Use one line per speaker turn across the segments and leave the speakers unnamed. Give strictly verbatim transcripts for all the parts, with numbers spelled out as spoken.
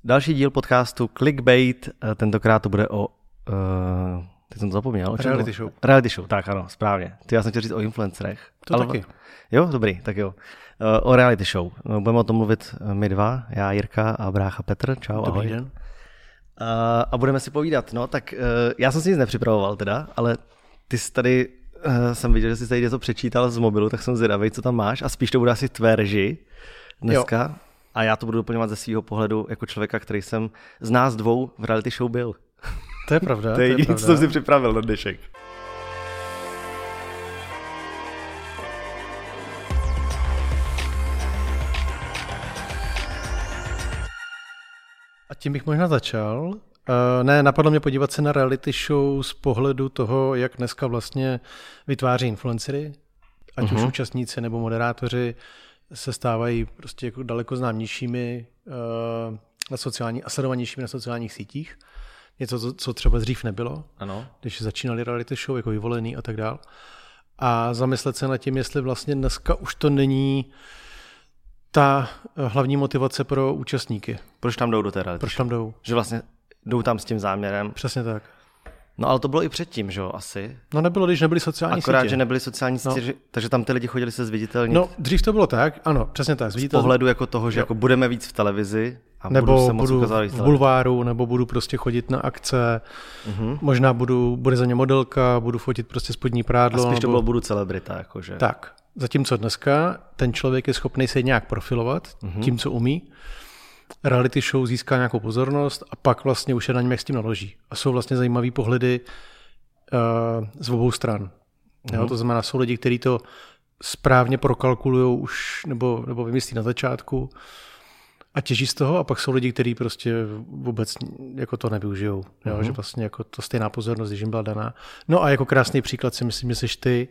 Další díl podcastu Clickbait, tentokrát to bude o... Uh, teď jsem to zapomněl.
Reality show.
Reality show, tak ano, správně. Ty já jsem chtěl říct o influencerech.
To ale... taky.
Jo, dobrý, tak jo. Uh, o reality show. Budeme o tom mluvit my dva, já, Jirka a brácha Petr. Čau,
dobrý
ahoj.
den.
Uh, a budeme si povídat. No, tak uh, já jsem si nic nepřipravoval teda, ale ty jsi tady, uh, jsem viděl, že jsi tady něco přečítal z mobilu, tak jsem zvědavý, co tam máš a spíš to bude asi tvé reži dneska. Jo. A já to budu doplňovat ze svého pohledu jako člověka, který jsem z nás dvou v reality show byl.
To je pravda.
To je jediné, co jsem si připravil na dnešek.
A tím bych možná začal. Uh, ne, napadlo mě podívat se na reality show z pohledu toho, jak dneska vlastně vytváří influencery, ať uh-huh. už účastníci nebo moderátoři se stávají prostě jako daleko známějšími uh, na sociální a sledovanějšími na sociálních sítích. Něco, co, co třeba dřív nebylo,
ano.
Když začínali reality show, jako Vyvolený a tak dál. A zamyslet se nad tím, jestli vlastně dneska už to není ta hlavní motivace pro účastníky.
Proč tam jdou do té reality
Proč tam jdou?
Že vlastně jdou tam s tím záměrem.
Přesně tak.
No ale to bylo i předtím, že jo, asi.
No nebylo, když nebyly sociální
Akorát,
sítě.
že nebyly sociální sítě,
no.
že, takže tam ty lidi chodili se zviditelnit.
No, dřív to bylo tak, ano, přesně tak.
Z pohledu jako toho, že jako budeme víc v televizi a
nebo
budu se moc
budu
ukazovat
v bulváru, nebo budu prostě chodit na akce, uh-huh. možná budu, bude za ně modelka, budu fotit prostě spodní prádlo.
A spíš
nebo...
to bylo budu celebrita, jakože.
Tak, zatímco dneska ten člověk je schopný se nějak profilovat uh-huh. tím, co umí. Reality show získá nějakou pozornost a pak vlastně už je na něm, jak s tím naloží. A jsou vlastně zajímavý pohledy uh, z obou stran. Uh-huh. Jo, to znamená, jsou lidi, kteří to správně prokalkulujou už, nebo, nebo vymyslí na začátku a těží z toho, a pak jsou lidi, kteří prostě vůbec jako to nevyužijou. Jo, uh-huh. že vlastně jako to stejná pozornost, když jim byla daná. No a jako krásný příklad si myslím, že jsi ty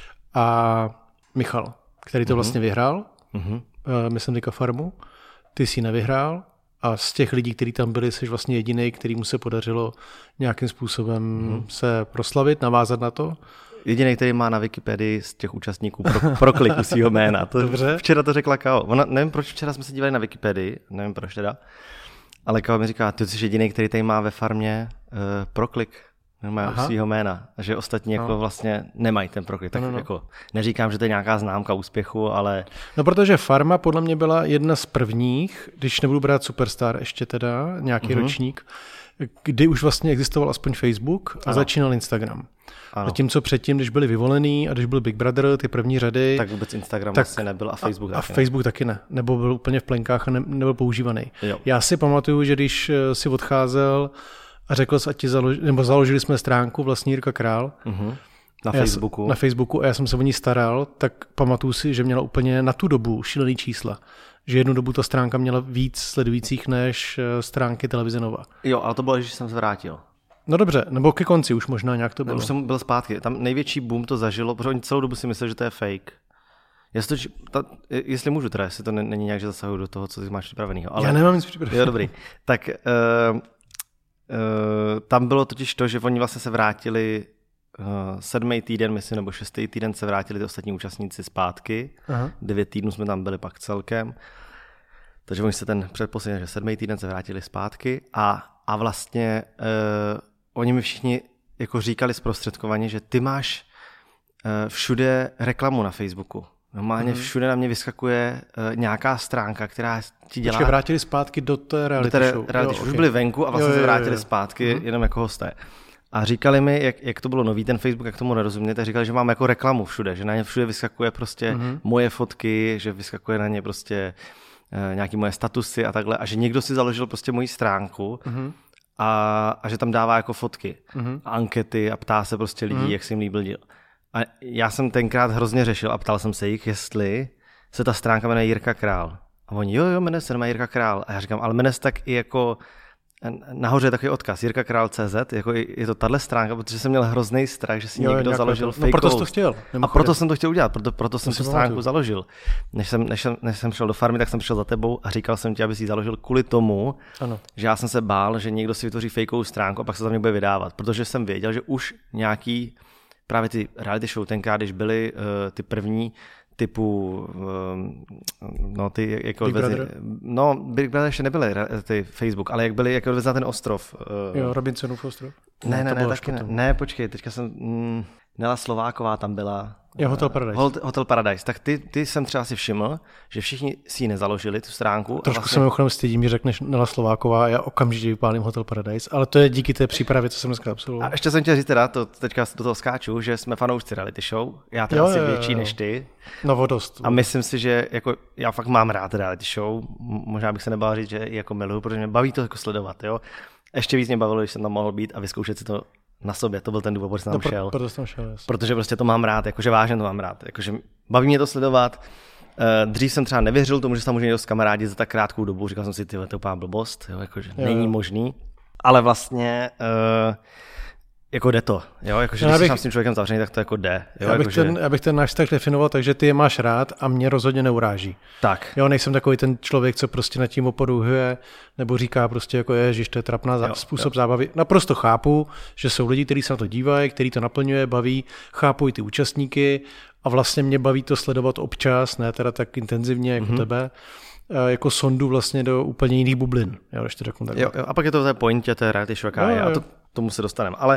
a Michal, který to uh-huh. vlastně vyhrál, uh-huh. uh, myslím teďka Farmu, ty jsi nevyhrál a z těch lidí, kteří tam byli, jsi vlastně jediný, kterýmu se podařilo nějakým způsobem uh-huh. se proslavit, navázat na to.
Jediný, který má na Wikipedii z těch účastníků pro, pro kliku svýho jména. To,
Dobře.
Včera to řekla Kao. Ona, nevím, proč včera jsme se dívali na Wikipedii, nevím proč teda, ale Kao mi říká, ty jsi jediný, který tady má ve farmě uh, proklik, nemá u svýho jména, že ostatní jako no. vlastně nemají ten proklik. Tak no, no. jako neříkám, že to je nějaká známka úspěchu, ale... No
protože Farma podle mě byla jedna z prvních, když nebudu brát Superstar ještě teda, nějaký uh-huh. ročník, kdy už vlastně existoval aspoň Facebook a ano. začínal Instagram. Ano. Zatímco předtím, když byli Vyvolený a když byl Big Brother, ty první řady...
Tak vůbec Instagram tak, vlastně nebyl a Facebook
a,
taky
a Facebook taky ne. Nebo byl úplně v plenkách a ne, nebyl používaný.
Jo.
Já si pamatuju, že když si odcházel a řekl jsi, ať ti založ, nebo založili jsme stránku vlastní Jirka Král,
uh-huh. na Facebooku.
Já, na Facebooku a já jsem se o ní staral, tak pamatuju si, že měla úplně na tu dobu šílený čísla. Že jednu dobu ta stránka měla víc sledujících než stránky Televize Nova.
Jo, ale to bylo, když jsem se vrátil.
No dobře, nebo ke konci už možná nějak to bylo.
Ne, už jsem byl zpátky. Tam největší boom to zažilo, protože oni celou dobu si mysleli, že to je fake. Jestli, to, jestli můžu teda, jestli to není nějak, že zasahuju do toho, co ty máš připravenýho. Ale...
Já nemám nic připraveného.
Jo, dobrý. Tak uh, uh, tam bylo totiž to, že oni vlastně se vrátili uh, sedmý týden, myslím, nebo šestý týden se vrátili ty ostatní účastníci zpátky. Aha. Devět týdnů jsme tam byli pak celkem. Takže oni se ten předposlední, že sedmý týden se vrátili zpátky a, a vlastně uh, oni mi všichni jako říkali zprostředkovaně, že ty máš uh, všude reklamu na Facebooku. Normálně mm. všude na mě vyskakuje uh, nějaká stránka, která ti dělá...
Počkej, vrátili zpátky do té reality
do té
show.
Reality
jo,
show.
Okay.
Už byli venku a vlastně
jo, jo,
se vrátili
jo, jo.
zpátky
mm.
jenom jako hosté. A říkali mi, jak, jak to bylo nový ten Facebook, jak tomu nerozuměli, tak říkali, že mám jako reklamu všude, že na ně všude vyskakuje prostě mm. moje fotky, že vyskakuje na ně prostě uh, nějaký moje statusy a takhle a že někdo si založil prostě moji stránku mm. a, a že tam dává jako fotky mm. a ankety a ptá se prostě lidí, mm. jak se jim líbil díl. A já jsem tenkrát hrozně řešil a ptal jsem se jich, jestli se ta stránka jmenuje Jirka Král. A oni, jo, jo, jmenuje se jmenuje Jirka Král. A já říkám, ale jmenuje se tak i jako, nahoře je takový odkaz, jirka král tečka cé zet, jako je to tahle stránka, protože jsem měl hrozný strach, že si jo, někdo založil fake.
No proto jsi to chtěl.
A proto jsem to chtěl udělat, proto, proto jsem tu stránku založil. Než jsem, než, jsem, než jsem šel do farmy, tak jsem přišel za tebou a říkal jsem ti, aby si ji založil kvůli tomu, ano. že já jsem se bál, že někdo si vytvoří fakeovou stránku a pak se za mě bude vydávat, protože jsem věděl, že už nějaký právě ty reality show tenkrát, když byly uh, ty první, typu, no ty jako
Big
odvezli,
Brother?
No Big Brother ještě nebyly ty Facebook, ale jak byly, jak odvezli na ten ostrov.
Jo, Robinsonův ostrov?
Ne, ne, ne, taky ne. Ne, počkej, teďka jsem, mm, Nela Slováková tam byla.
Jo, Hotel Paradise.
Hotel, Hotel Paradise. Tak ty, ty jsem třeba si všiml, že všichni si ji nezaložili, tu stránku.
Trošku
vlastně...
se mimochodem stydím, že řekneš Nela Slováková, já okamžitě vypálím Hotel Paradise, ale to je díky té přípravě, co jsem dneska absolvoval.
A ještě jsem chtěl říct teda, to teďka do toho skáču, že jsme fanoušci reality show. Já teda asi větší než ty.
No vodost.
A myslím si, že jako, já fakt mám rád reality show. Možná bych se nebál říct, že i jako miluju, protože mě baví to jako sledovat. Jo? Ještě víc mě bavilo, když jsem tam mohl být a vyzkoušet si to na sobě, to byl ten důvod, proč jsem tam
no,
šel.
Proto jsem šel, jasný.
Protože prostě to mám rád, jakože vážně to mám rád, jakože baví mě to sledovat. Dřív jsem třeba nevěřil tomu, že se tam může někdo s kamarádi za tak krátkou dobu, říkal jsem si, ty, to je úplná blbost, jo, jakože jo, není jo. možný, ale vlastně uh, jako jde to, jo, jakože když bych, jsi s tím člověkem zavřený, tak to jako jde. Jo,
já, bych
jakože...
ten, já bych ten náš vztah definoval, takže ty je máš rád a mě rozhodně neuráží.
Tak.
Jo, nejsem takový ten člověk, co prostě nad tím oporuhuje, nebo říká prostě jako ježiš, to je trapná zá... způsob jo. zábavy. Naprosto chápu, že jsou lidi, kteří se na to dívají, který to naplňuje, baví, chápu i ty účastníky a vlastně mě baví to sledovat občas, ne teda tak intenzivně jako mm-hmm. tebe, jako sondu vlastně do úplně jiných bublin. Jo, když to řeknu tak.
Jo, jo, a pak je to v té pointě, té reality show, jaká je, a to, tomu se dostaneme. Ale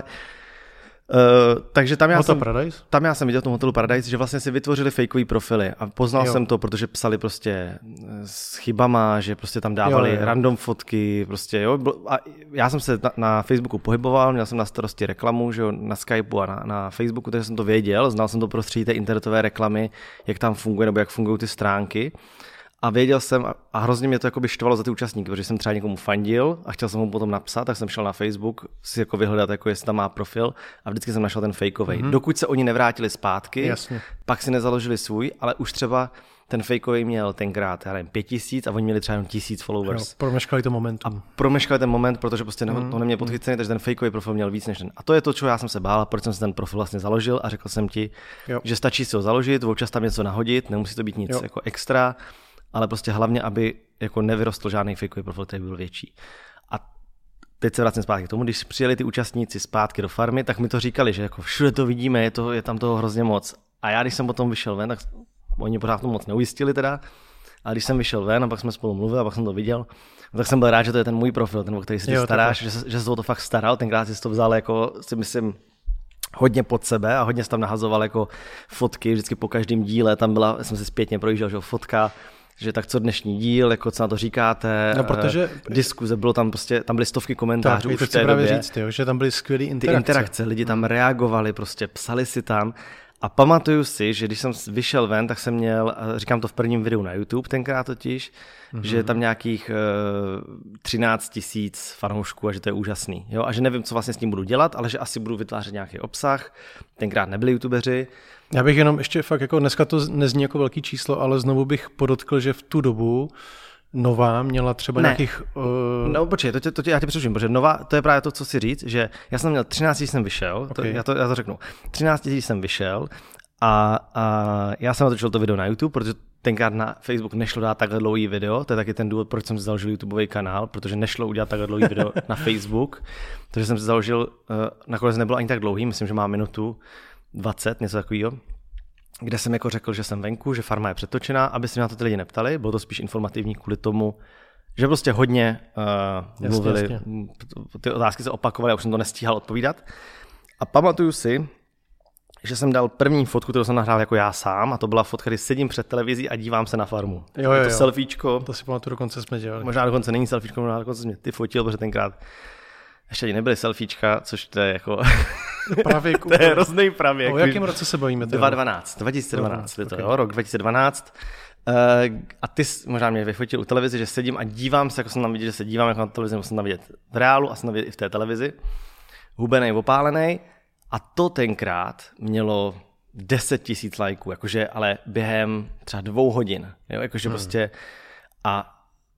Uh, takže tam já, jsem, tam já jsem viděl v tom Hotelu Paradise, že vlastně si vytvořili fakeový profily a poznal jo. jsem to, protože psali prostě s chybama, že prostě tam dávali jo, jo. random fotky, prostě jo. A já jsem se na, na Facebooku pohyboval, měl jsem na starosti reklamu, že jo, na Skypeu a na, na Facebooku, takže jsem to věděl, znal jsem to prostředí té internetové reklamy, jak tam funguje nebo jak fungují ty stránky. A věděl jsem, a hrozně mě to jako by štvalo za ty účastníky, protože jsem třeba někomu fandil a chtěl jsem mu potom napsat, tak jsem šel na Facebook si jako vyhledat, jako jestli tam má profil a vždycky jsem našel ten fakeovej. Mm-hmm. Dokud se oni nevrátili zpátky, Jasně. pak si nezaložili svůj, ale už třeba ten fakeovej měl tenkrát, já nevím, pět tisíc a oni měli třeba jenom tisíc followers.
Jo, promeškali to momentum.
A promeškali ten moment, protože prostě mm-hmm. to neměl podchycený, takže ten fakeový profil měl víc než ten. A to je to, čeho já jsem se bál, proč jsem si ten profil vlastně založil a řekl jsem ti, jo. že stačí si ho založit, občas tam něco nahodit, nemusí to být nic jo. jako extra. Ale prostě hlavně, aby jako nevyrostl žádný fakeový profil, který byl větší. A teď se vracím zpátky k tomu, když přijeli ty účastníci zpátky do farmy, tak mi to říkali, že jako všude to vidíme, je, to, je tam toho hrozně moc. A já, když jsem potom vyšel ven, tak oni pořád to moc neujistili teda, a když jsem vyšel ven a pak jsme spolu mluvili a pak jsem to viděl, tak jsem byl rád, že to je ten můj profil, ten, o který se ty staráš, že, že se o to fakt staral, tenkrát jsi to vzal jako, si myslím, hodně pod sebe a hodně jsi tam nahazoval jako fotky, vždycky po každém díle, tam byla, jsem si zpětně projížděl, že fotka, že tak co dnešní díl, jako co na to říkáte,
no, protože...
diskuze, bylo tam prostě, tam byly stovky komentářů
tak,
už v té době.
Říct, jo, že tam byly skvělé interakce.
Ty interakce, lidi tam reagovali, prostě psali si tam a pamatuju si, že když jsem vyšel ven, tak jsem měl, říkám to v prvním videu na YouTube tenkrát totiž, mm-hmm. že je tam nějakých uh, třináct tisíc fanoušků a že to je úžasný. Jo? A že nevím, co vlastně s tím budu dělat, ale že asi budu vytvářet nějaký obsah. Tenkrát nebyli youtubeři.
Já bych jenom ještě fakt, jako dneska to nezní jako velký číslo, ale znovu bych podotkl, že v tu dobu Nová měla třeba ne. nějakých... Uh...
No počkej, to, tě, to tě, já tě přeruším, protože Nová, to je právě to, co si říct, že já jsem měl třináct tisíc jsem vyšel, okay. to, já, to, já to řeknu, třináct tisíc jsem vyšel a, a já jsem natočil to video na YouTube, protože tenkrát na Facebook nešlo dát takhle dlouhý video, to je taky ten důvod, proč jsem si založil YouTubeový kanál, protože nešlo udělat takhle dlouhý video na Facebook, takže jsem si založil, uh, nakonec nebylo ani tak dlouhý, myslím, že má minutu dvacet, něco takového, kde jsem jako řekl, že jsem venku, že farma je přetočená, aby se na to ty lidi neptali, bylo to spíš informativní kvůli tomu, že prostě hodně uh, jasně, mluvili, jasně. ty otázky se opakovaly, já už jsem to nestíhal odpovídat. A pamatuju si, že jsem dal první fotku, kterou jsem nahrál jako já sám, a to byla fotka, kdy sedím před televizí a dívám se na farmu.
Jo, jo,
to
jo.
selfiečko.
To si pamatuju, dokonce jsme dělali.
Možná dokonce není selfiečko, možná dokonce jsme ty fotil, protože tenkrát ještě ani nebyly selfiečka, což to je jako...
Pravěk,
to je hrozný pravěk.
O jakém roce se bavíme?
dvacet dvanáct, dva tisíce dvanáct, okay. to jo, rok dva tisíce dvanáct. Uh, a ty možná mě vyfotil u televize, že sedím a dívám se, jako jsem tam vidět, že se dívám jako na televizi, nebo jsem tam vidět v reálu a jsem tam vidět i v té televizi. Hubenej, opálenej. A to tenkrát mělo deset tisíc lajků, jakože ale během třeba dvou hodin. Jo, jakože hmm. prostě a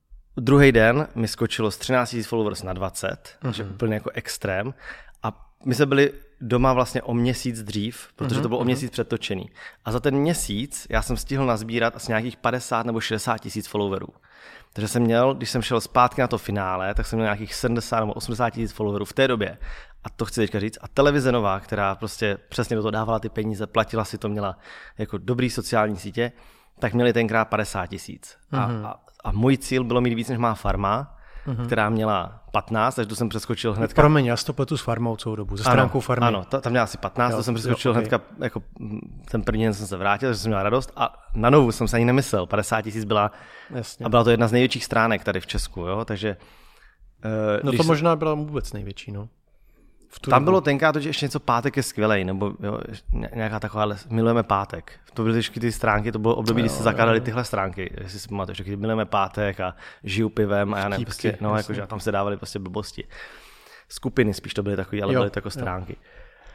druhý den mi skočilo z třináct tisíc followers na dvacet, mm-hmm. že úplně jako extrém. A my jsme byli doma vlastně o měsíc dřív, protože mm-hmm. to bylo o měsíc předtočený. A za ten měsíc já jsem stihl nazbírat asi nějakých padesát nebo šedesát tisíc followerů. Takže jsem měl, když jsem šel zpátky na to finále, tak jsem měl nějakých sedmdesát nebo osmdesát tisíc followerů v té době. A to chci teďka říct. A televize Nová, která prostě přesně do toho dávala ty peníze, platila si to, měla jako dobrý sociální sítě, tak měli tenkrát padesát tisíc. A, mm-hmm. a, a můj cíl bylo mít víc, než má Farma, mm-hmm. která měla patnáct, takže to jsem přeskočil hned.
Promiň, já si to pletu s Farmou celou dobu, se stránkou
ano,
Farmy.
Ano, to, tam měla asi patnáct, jo, to jsem přeskočil
jo, okay.
hnedka, jako ten první den jsem se vrátil, takže jsem měl radost a na Novu jsem se ani nemyslel, padesát tisíc byla Jasně. a byla to jedna z největších stránek tady v Česku, jo, takže...
Uh, no to možná byla vůbec největší, no.
Tam bylo tenkrát to, že ještě něco Pátek je skvělej, nebo jo, nějaká taková, milujeme Pátek. To byly vždycky ty stránky, to bylo období, kdy se zakládali tyhle stránky, jestli si pamatuješ, že milujeme Pátek a žiju pivem a já nevím, prostě, no, jakože tam se dávaly prostě blbosti. Skupiny spíš to byly takový, ale jo, byly to jako stránky. Jo.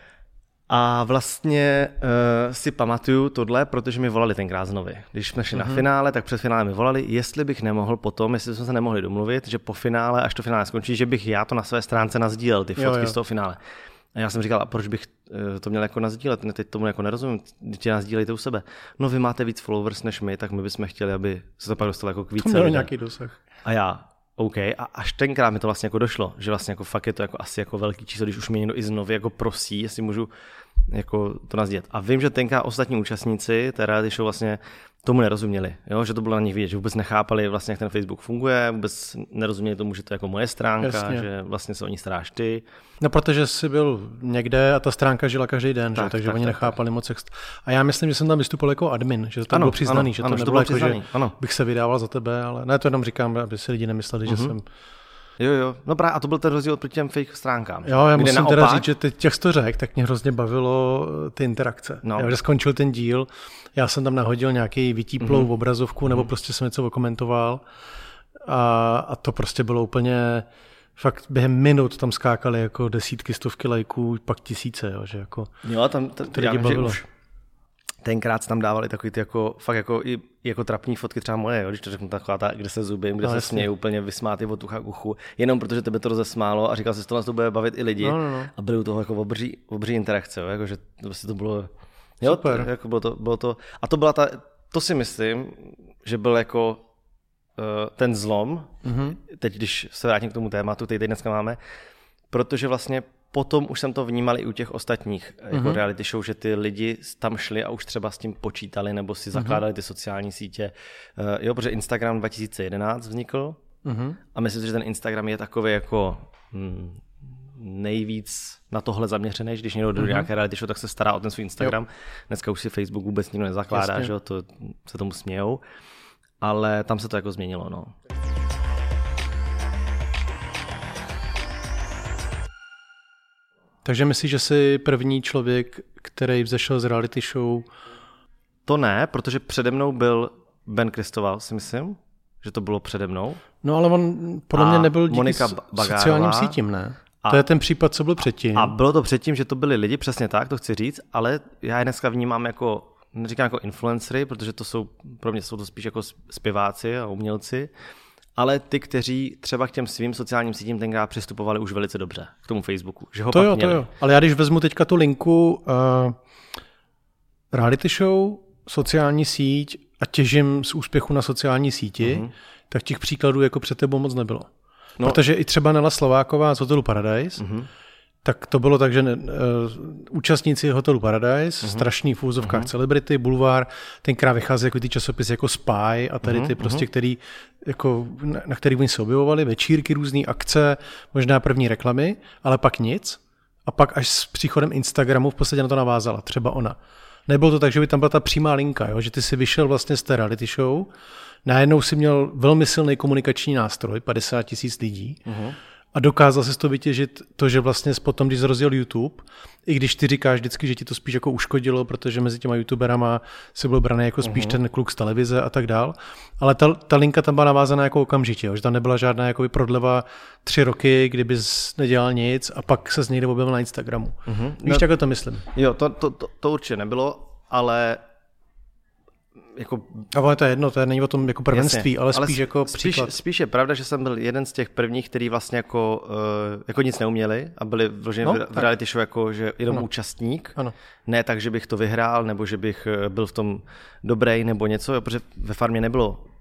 A vlastně uh, si pamatuju tohle, protože mi volali tenkrát znovu. Když jsme šli mm-hmm. na finále, tak před finále mi volali, jestli bych nemohl potom, jestli jsme se nemohli domluvit, že po finále, až to finále skončí, že bych já to na své stránce nazdílel, ty fotky jo, jo. z toho finále. A já jsem říkal, a proč bych uh, to měl jako nazdílet? Ne, teď tomu jako nerozumím, teď nazdílejte u sebe. No vy máte víc followers než my, tak my bychom chtěli, aby se to pak dostalo jako k více.
To mělo nějaký dosah.
A já, OK, a až tenkrát mi to vlastně jako došlo, že vlastně jako fakt je to jako asi jako velký číslo, když už mě někdo i znovu jako prosí, jestli můžu jako to nazdílet. A vím, že tenkrát ostatní účastníci té reality show vlastně tomu nerozuměli, jo? Že to bylo na nich vidět, že vůbec nechápali vlastně, jak ten Facebook funguje, vůbec nerozuměli tomu, že to je jako moje stránka, Jasně. že vlastně se o ní staráš ty.
No protože jsi byl někde a ta stránka žila každý den, tak, že? Takže tak, oni tak, nechápali tak. moc. Jak... A já myslím, že jsem tam vystupoval jako admin, že to ano, bylo přiznaný, ano, že to ano, nebylo jako, že ano. bych se vydával za tebe, ale ne, to jenom říkám, aby si lidi nemysleli, uh-huh. že jsem...
Jo, jo, no právě, a to byl ten rozdíl proti těm fake stránkám.
Jo, já musím naopak... teda říct, že teď těch to řek, tak mě hrozně bavilo ty interakce. No. Já, že skončil ten díl, já jsem tam nahodil nějaký vytíplou mm-hmm. obrazovku, nebo mm-hmm. prostě jsem něco okomentoval a, a to prostě bylo úplně, fakt během minut tam skákaly jako desítky, stovky lajků, pak tisíce, jo, že jako
jo, tam to, to lidi bavilo. Už tenkrát tam dávali takový ty jako, fakt jako, i, jako trapní fotky, třeba moje, jo, když to řeknu taková ta, kde se zubím, kde no, se smějí úplně vysmátý od ucha k uchu, jenom protože tebe to rozesmálo a říkal jsi, že tohle to bude bavit i lidi
no, no, no.
a byly u toho jako obří, obří interakce, jo, jako, že to, prostě to bylo, jo, Super. To, jako bylo, to, bylo to, a to byla ta, to si myslím, že byl jako uh, ten zlom, mm-hmm. teď když se vrátím k tomu tématu, který teď dneska máme, protože vlastně potom už jsem to vnímal i u těch ostatních jako mm-hmm. reality show, že ty lidi tam šli a už třeba s tím počítali nebo si zakládali mm-hmm. ty sociální sítě. Uh, jo, protože Instagram dva tisíce jedenáct vznikl mm-hmm. a myslím si, že ten Instagram je takový jako hm, nejvíc na tohle zaměřený, že když někdo do mm-hmm. nějaké reality show, tak se stará o ten svůj Instagram. Jo. Dneska už si Facebook vůbec nikdo nezakládá, že jo, to se tomu smějou, ale tam se to jako změnilo, no.
Takže myslíš, že jsi první člověk, který vzešel z reality show?
To ne, protože přede mnou byl Ben Kristoval, si myslím, že to bylo přede mnou.
No ale on podle mě nebyl díky Monika sociálním sítím, ne? A, to je ten případ, co byl předtím.
A bylo to předtím, že to byli lidi, přesně tak, to chci říct, ale já je dneska vnímám jako, neříkám jako influencery, protože to jsou, pro mě jsou to spíš jako zpěváci a umělci, ale ty, kteří třeba k těm svým sociálním sítím tenkrát přistupovali už velice dobře, k tomu Facebooku, že ho
to
pak
jo,
měli.
To jo, ale já když vezmu teďka tu linku uh, reality show, sociální síť a těžím z úspěchu na sociální síti, uh-huh. tak těch příkladů jako před tebou moc nebylo. No. Protože i třeba Nela Slováková z Hotelu Paradise, uh-huh. tak to bylo tak, že uh, účastníci Hotelu Paradise, uh-huh. strašný v úzovkách uh-huh. celebrity, bulvár, tenkrát vychází jako ty časopisy jako Spy a tady ty uh-huh. prostě, který, jako, na, na který oni se objevovali, večírky, různé akce, možná první reklamy, ale pak nic. A pak až s příchodem Instagramu v podstatě na to navázala, třeba ona. Nebylo to tak, že by tam byla ta přímá linka, jo? Že ty si vyšel vlastně z té reality show, najednou si měl velmi silný komunikační nástroj, padesát tisíc lidí, uh-huh. a dokázal si to vytěžit to, že vlastně potom, když rozjel YouTube, i když ty říkáš vždycky, že ti to spíš jako uškodilo, protože mezi těma youtuberama se byl braný jako spíš uh-huh. ten kluk z televize a tak dál, ale ta, ta linka tam byla navázaná jako okamžitě, jo? Že tam nebyla žádná jako prodleva tři roky, kdybys nedělal nic a pak se z někde objevil na Instagramu. Uh-huh. Víš, no, takhle to myslím.
Jo, to, to, to, to určitě nebylo, ale jako...
Ale to je jedno, to je není o tom jako prvenství, jasně, ale spíš ale jako
spíš,
příklad.
Spíš je pravda, že jsem byl jeden z těch prvních, který vlastně jako, uh, jako nic neuměli a byli vloženi no, v reality show jako, že jenom ano. účastník. Ano. Ne tak, že bych to vyhrál, nebo že bych byl v tom dobrý nebo něco, protože ve Farmě nebylo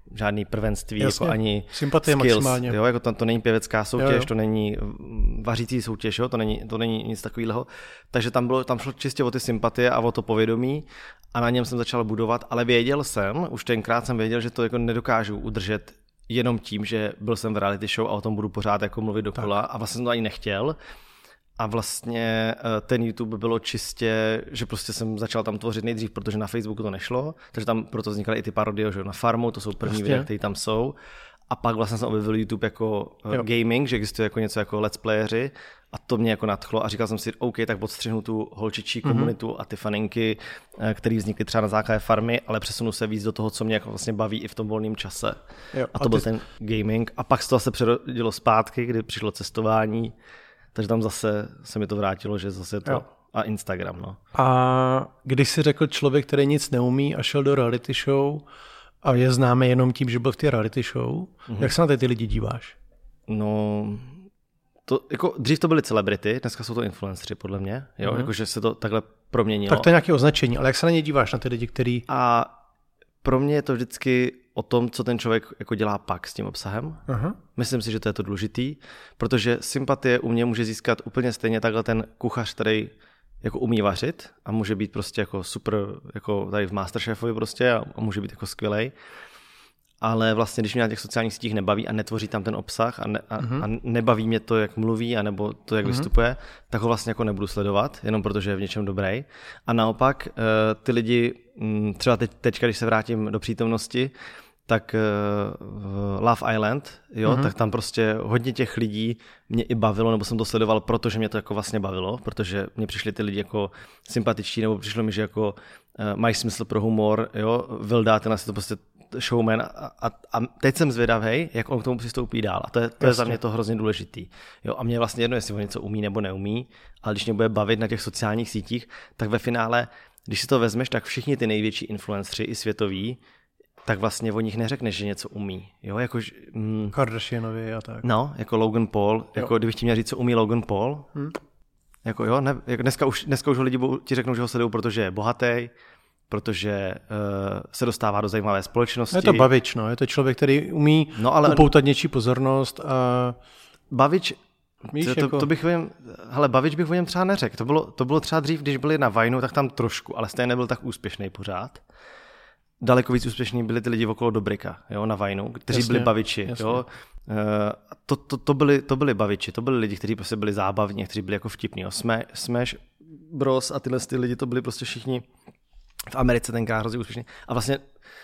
žádný prvenství,
Jasně.
jako ani
sympatie
skills.
Maximálně.
Jo, jako to, to není pěvecká soutěž,
jo, jo.
to není vařící soutěž, jo, to není, to není nic takového. Takže tam, bylo, tam šlo čistě o ty sympatie a o to povědomí a na něm jsem začal budovat, ale věděl jsem, už tenkrát jsem věděl, že to jako nedokážu udržet jenom tím, že byl jsem v reality show a o tom budu pořád jako mluvit dokola tak. A vlastně jsem to ani nechtěl. A vlastně ten YouTube bylo čistě, že prostě jsem začal tam tvořit nejdřív, protože na Facebooku to nešlo, takže tam proto vznikaly i ty parodie, že na Farmu, to jsou první videa, které tam jsou. A pak vlastně jsem objevil YouTube jako jo. gaming, že existuje jako něco jako let's playeři a to mě jako nadchlo a říkal jsem si, OK, tak odstřihnu tu holčičí komunitu mm-hmm. a ty faninky, které vznikly třeba na základě Farmy, ale přesunu se víc do toho, co mě jako vlastně baví i v tom volném čase. Jo, a to a ty... byl ten gaming a pak se to zase přerodilo zpátky, kdy přišlo cestování. Takže tam zase se mi to vrátilo, že zase to... Jo. A Instagram, no.
A když jsi řekl člověk, který nic neumí a šel do reality show a je známý jenom tím, že byl v té reality show, mm-hmm. jak se na ty, ty lidi díváš?
No, to, jako dřív to byly celebrity, dneska jsou to influenceri, podle mě, jo, mm-hmm. jakože se to takhle proměnilo.
Tak to je nějaké označení, ale jak se na ně díváš, na ty lidi, který...
A pro mě je to vždycky o tom, co ten člověk jako dělá pak s tím obsahem. Aha. Myslím si, že to je to důležitý, protože sympatie u mě může získat úplně stejně takhle ten kuchař, který jako umí vařit a může být prostě jako super, jako tady v Masterchefovi prostě a může být jako skvělej. Ale vlastně, když mě na těch sociálních sítích nebaví a netvoří tam ten obsah a, ne, a, uh-huh. a nebaví mě to, jak mluví, anebo to, jak uh-huh. vystupuje, tak ho vlastně jako nebudu sledovat, jenom protože je v něčem dobrý. A naopak ty lidi, třeba teď, teďka, když se vrátím do přítomnosti, tak Love Island, jo, uh-huh. tak tam prostě hodně těch lidí mě i bavilo, nebo jsem to sledoval, protože mě to jako vlastně bavilo, protože mě přišli ty lidi jako sympatičtí, nebo přišlo mi, že jako uh, mají smysl pro humor, jo, Vilda, tenhle si to prostě showman a, a, a teď jsem zvědavej, jak on k tomu přistoupí dál a to je, to je za mě to hrozně důležitý. Jo, a mě je vlastně jedno, jestli on něco umí nebo neumí, ale když mě bude bavit na těch sociálních sítích, tak ve finále, když si to vezmeš, tak všichni ty největší influenceri i světoví, tak vlastně o nich neřekneš, že něco umí. Jo, jako... Mm,
Kardashianovi a tak.
No, jako Logan Paul, jo. Jako kdybych ti měl říct, co umí Logan Paul, hmm. jako jo, ne, jako dneska už, dneska už lidi ti řeknou, že ho sledují, protože je bohatý, protože uh, se dostává do zajímavé společnosti.
Je to bavič, no, je to člověk, který umí no, ale... upoutat něčí pozornost a...
Bavič,
Víš,
to,
jako...
to bych o něm, hele, bavič bych o něm třeba neřekl. To bylo, to bylo třeba dřív, když byli na Vineu, tak tam trošku, ale stejně nebyl tak úspěšný pořád. Daleko víc úspěšní byli ty lidi okolo Dobrika, jo, na Vineu, kteří jasně, byli baviči. Jo. To, to, to, byli, to byli baviči, to byli lidi, kteří prostě byli zábavní, kteří byli jako vtipní. Jo. Smash Bros a tyhle ty lidi, to byli prostě všichni v Americe tenkrát hrozně úspěšní. A vlastně,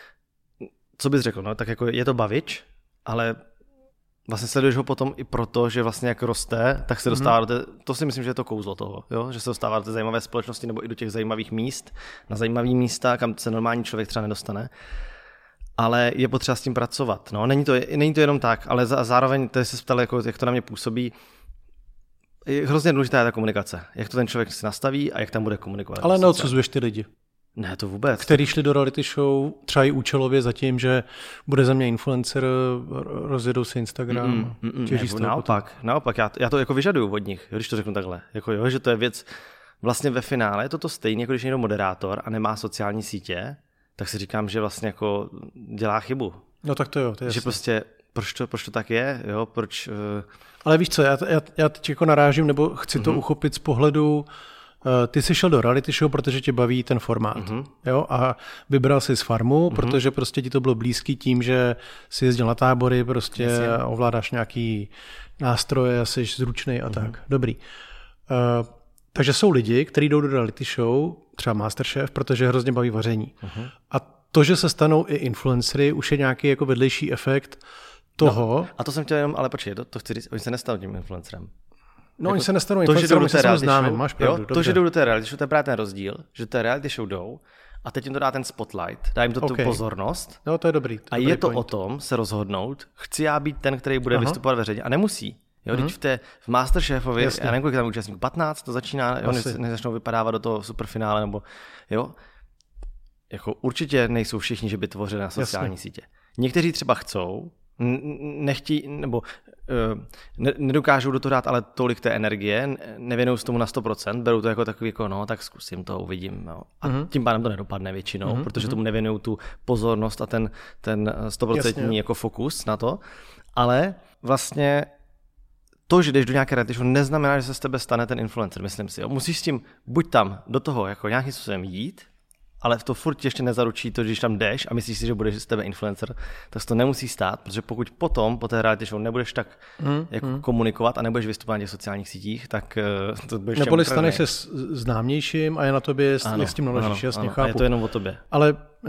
co bys řekl, no, tak jako je to bavič, ale vlastně sleduješ ho potom i proto, že vlastně jak roste, tak se dostává mm-hmm. do té, to si myslím, že je to kouzlo toho, jo? Že se dostává do té zajímavé společnosti nebo i do těch zajímavých míst, na zajímavé místa, kam se normální člověk třeba nedostane. Ale je potřeba s tím pracovat. No? Není, to, není to jenom tak, ale zároveň, to se ptal, jako, jak to na mě působí, je hrozně důležitá je ta komunikace. Jak to ten člověk si nastaví a jak tam bude komunikovat.
Ale neodsuzuješ ty lidi.
Ne, to vůbec.
Který šli do reality show třeba i účelově za tím, že bude za mě influencer, rozjedou si Instagram. Mm, mm, mm,
ne, naopak, potom. naopak, já, já to jako vyžaduju od nich, když to řeknu takhle. Jako jo, že to je věc, vlastně ve finále je to to stejně, jako když je někdo moderátor a nemá sociální sítě, tak si říkám, že vlastně jako dělá chybu.
No tak to jo, to je
Že jasný. Prostě, proč to, proč to tak je, jo, proč... Uh...
Ale víš co, já, já, já teď jako narážím, nebo chci to mm-hmm. uchopit z pohledu, ty jsi šel do reality show, protože tě baví ten formát. Mm-hmm. Jo? A vybral jsi z Farmu, mm-hmm. protože prostě ti to bylo blízký tím, že jsi jezdil na tábory, prostě Jasně. ovládáš nějaký nástroje, jsi zručnej a mm-hmm. tak. Dobrý. Uh, takže jsou lidi, kteří jdou do reality show, třeba Masterchef, protože hrozně baví vaření. Mm-hmm. A to, že se stanou i influencery, už je nějaký jako vedlejší efekt toho.
No, a to jsem chtěl jenom, ale počkej, to, to chci říct, oni se nestanou tím influencerem.
No, jako oni se nestanou influencerem, že se známe, máš pravdu.
Jo, to, že jdou do té reality show, to je právě ten rozdíl, že té reality show jdou a teď jim to dá ten spotlight, dá jim to okay. tu pozornost.
No, to je dobrý. To je
a
dobrý
je to
point. O
tom se rozhodnout, chci já být ten, který bude Aha. vystupovat veřejně a nemusí. Jo,
Mhm.
teď v, té, v Masterchefovi, Jasně. já nevím, kolik tam účastníků, patnáct, to začíná, jo, než, než začnou vypadávat do toho superfinále, nebo jo, jako určitě nejsou všichni, že by tvořili na sociální Jasně. sítě. Někteří třeba chcou, nechtí, nebo ne, nedokážou do toho dát ale tolik té energie, nevěnují se tomu na sto procent, berou to jako takový, jako no, tak zkusím to, uvidím. Jo. A mm-hmm. tím pádem to nedopadne většinou, mm-hmm. protože tomu nevěnují tu pozornost a ten, ten sto procent jako fokus na to. Ale vlastně to, že jdeš do nějaké reality show, neznamená, že se z tebe stane ten influencer, myslím si. Jo. Musíš s tím buď tam do toho jako nějakým způsobem jít, ale to furt ještě nezaručí to, že když tam jdeš a myslíš si, že budeš z tebe influencer, tak to nemusí stát, protože pokud potom po té reality show nebudeš tak mm, jako mm. komunikovat a nebudeš vystupovat na těch sociálních sítích, tak uh, to budeš
neboli staneš se známějším a je na tobě, ano, s tím naložíš, jasně,
ano,
chápu.
A je to jenom o tobě.
Ale uh,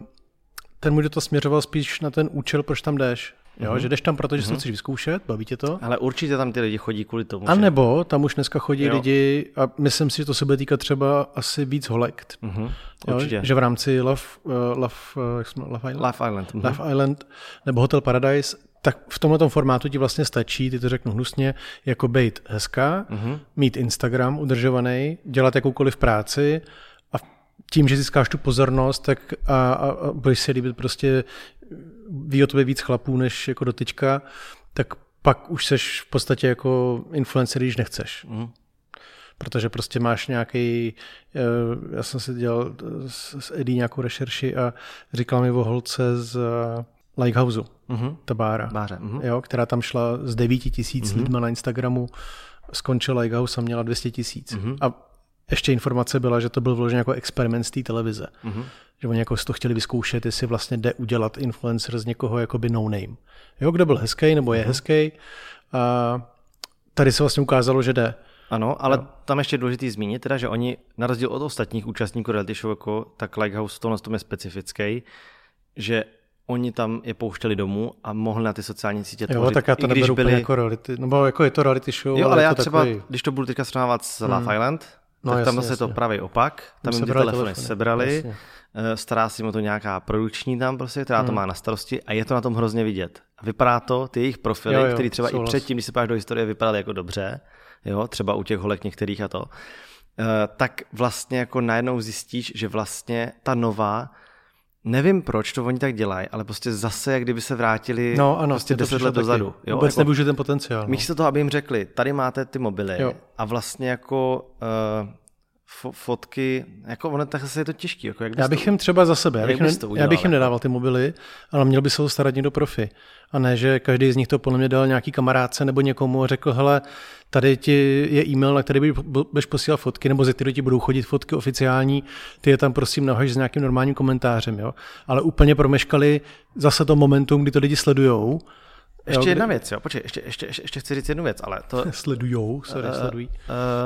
ten můj dotaz směřoval spíš na ten účel, proč tam jdeš. Jo, mm-hmm. že jdeš tam, protože mm-hmm. si to chceš vyzkoušet, baví tě to.
Ale určitě tam ty lidi chodí kvůli tomu.
A nebo tam už dneska chodí jo. lidi, a myslím si, že to se bude týkat třeba asi víc holek.
Mm-hmm.
Jo, že v rámci Love, uh, Love, uh, Love Island,
Love Island.
Mm-hmm. Love Island nebo Hotel Paradise, tak v tomhle formátu ti vlastně stačí, ty to řeknu hnusně, jako být hezká, mm-hmm. mít Instagram udržovaný, dělat jakoukoliv práci a tím, že získáš tu pozornost, tak a, a, a budeš si líbit prostě ví o tobě víc chlapů než jako dotyčka, tak pak už seš v podstatě jako influencer, když nechceš. Mm. Protože prostě máš nějaký, já jsem si dělal s Edí nějakou rešerši a říkala mi o holce z Likehouse, mm-hmm. ta Bára,
Báře, mm-hmm.
jo, která tam šla z devět tisíc mm-hmm. lidma na Instagramu, skončila Likehouse a měla dvě stě tisíc. Mm-hmm. A ještě informace byla, že to byl vložený jako experiment z té televize. Mm-hmm. Že oni jako si to chtěli vyzkoušet, jestli vlastně jde udělat influencer z někoho jakoby no name. Jo, kdo byl hezký nebo je mm-hmm. hezký. A tady se vlastně ukázalo, že jde.
Ano, ale jo. Tam ještě je důležitý zmínit, teda, že oni na rozdíl od ostatních účastníků reality show, jako, tak Likehouse v tomhle tom je specifický, že oni tam je pouštěli domů a mohli na ty sociální sítě tvořit.
Jo, tak já to neberu byli... jako reality, nebo jako je to reality show.
Jo, ale, ale já
to
třeba,
takový...
když to budu teďka srovnávat s Love hmm. Island, no, tak jasně, tam zase jasně. to pravý opak, tam jim ty telefony, telefony sebrali, jasně. stará si o to nějaká produkční tam prostě, která hmm. to má na starosti a je to na tom hrozně vidět. Vypadá to, ty jejich profily, jo, jo, který třeba souhlas. I předtím, když se páš do historie, vypadaly jako dobře, jo, třeba u těch holek některých a to, tak vlastně jako najednou zjistíš, že vlastně ta nová, nevím proč to oni tak dělají, ale prostě zase, jak kdyby se vrátili
no, ano,
prostě deset let dozadu.
Jo? Vůbec jako, nevyužije ten potenciál.
Místo toho, aby jim řekli, tady máte ty mobily jo. a vlastně jako uh, fo- fotky, jako ono tak zase je to těžký. Jako jak
já bych
to,
jim třeba za sebe, já bych, ne, já bych jim nedával ty mobily, ale měl by se ho starat někdo profi. A ne, že každý z nich to podle mě dal nějaký kamarádce nebo někomu a řekl, hele, tady ti je e-mail, na který budeš posílat fotky, nebo ze kterého ti budou chodit fotky oficiální, ty je tam prosím nahož s nějakým normálním komentářem, jo. Ale úplně promeškali zase to momentum, kdy to lidi sledujou.
Ještě jo, jedna kdy... věc, jo, počkej, ještě, ještě, ještě, ještě chci říct jednu věc, ale to...
Sledujou, sorry, uh, sledují. Uh,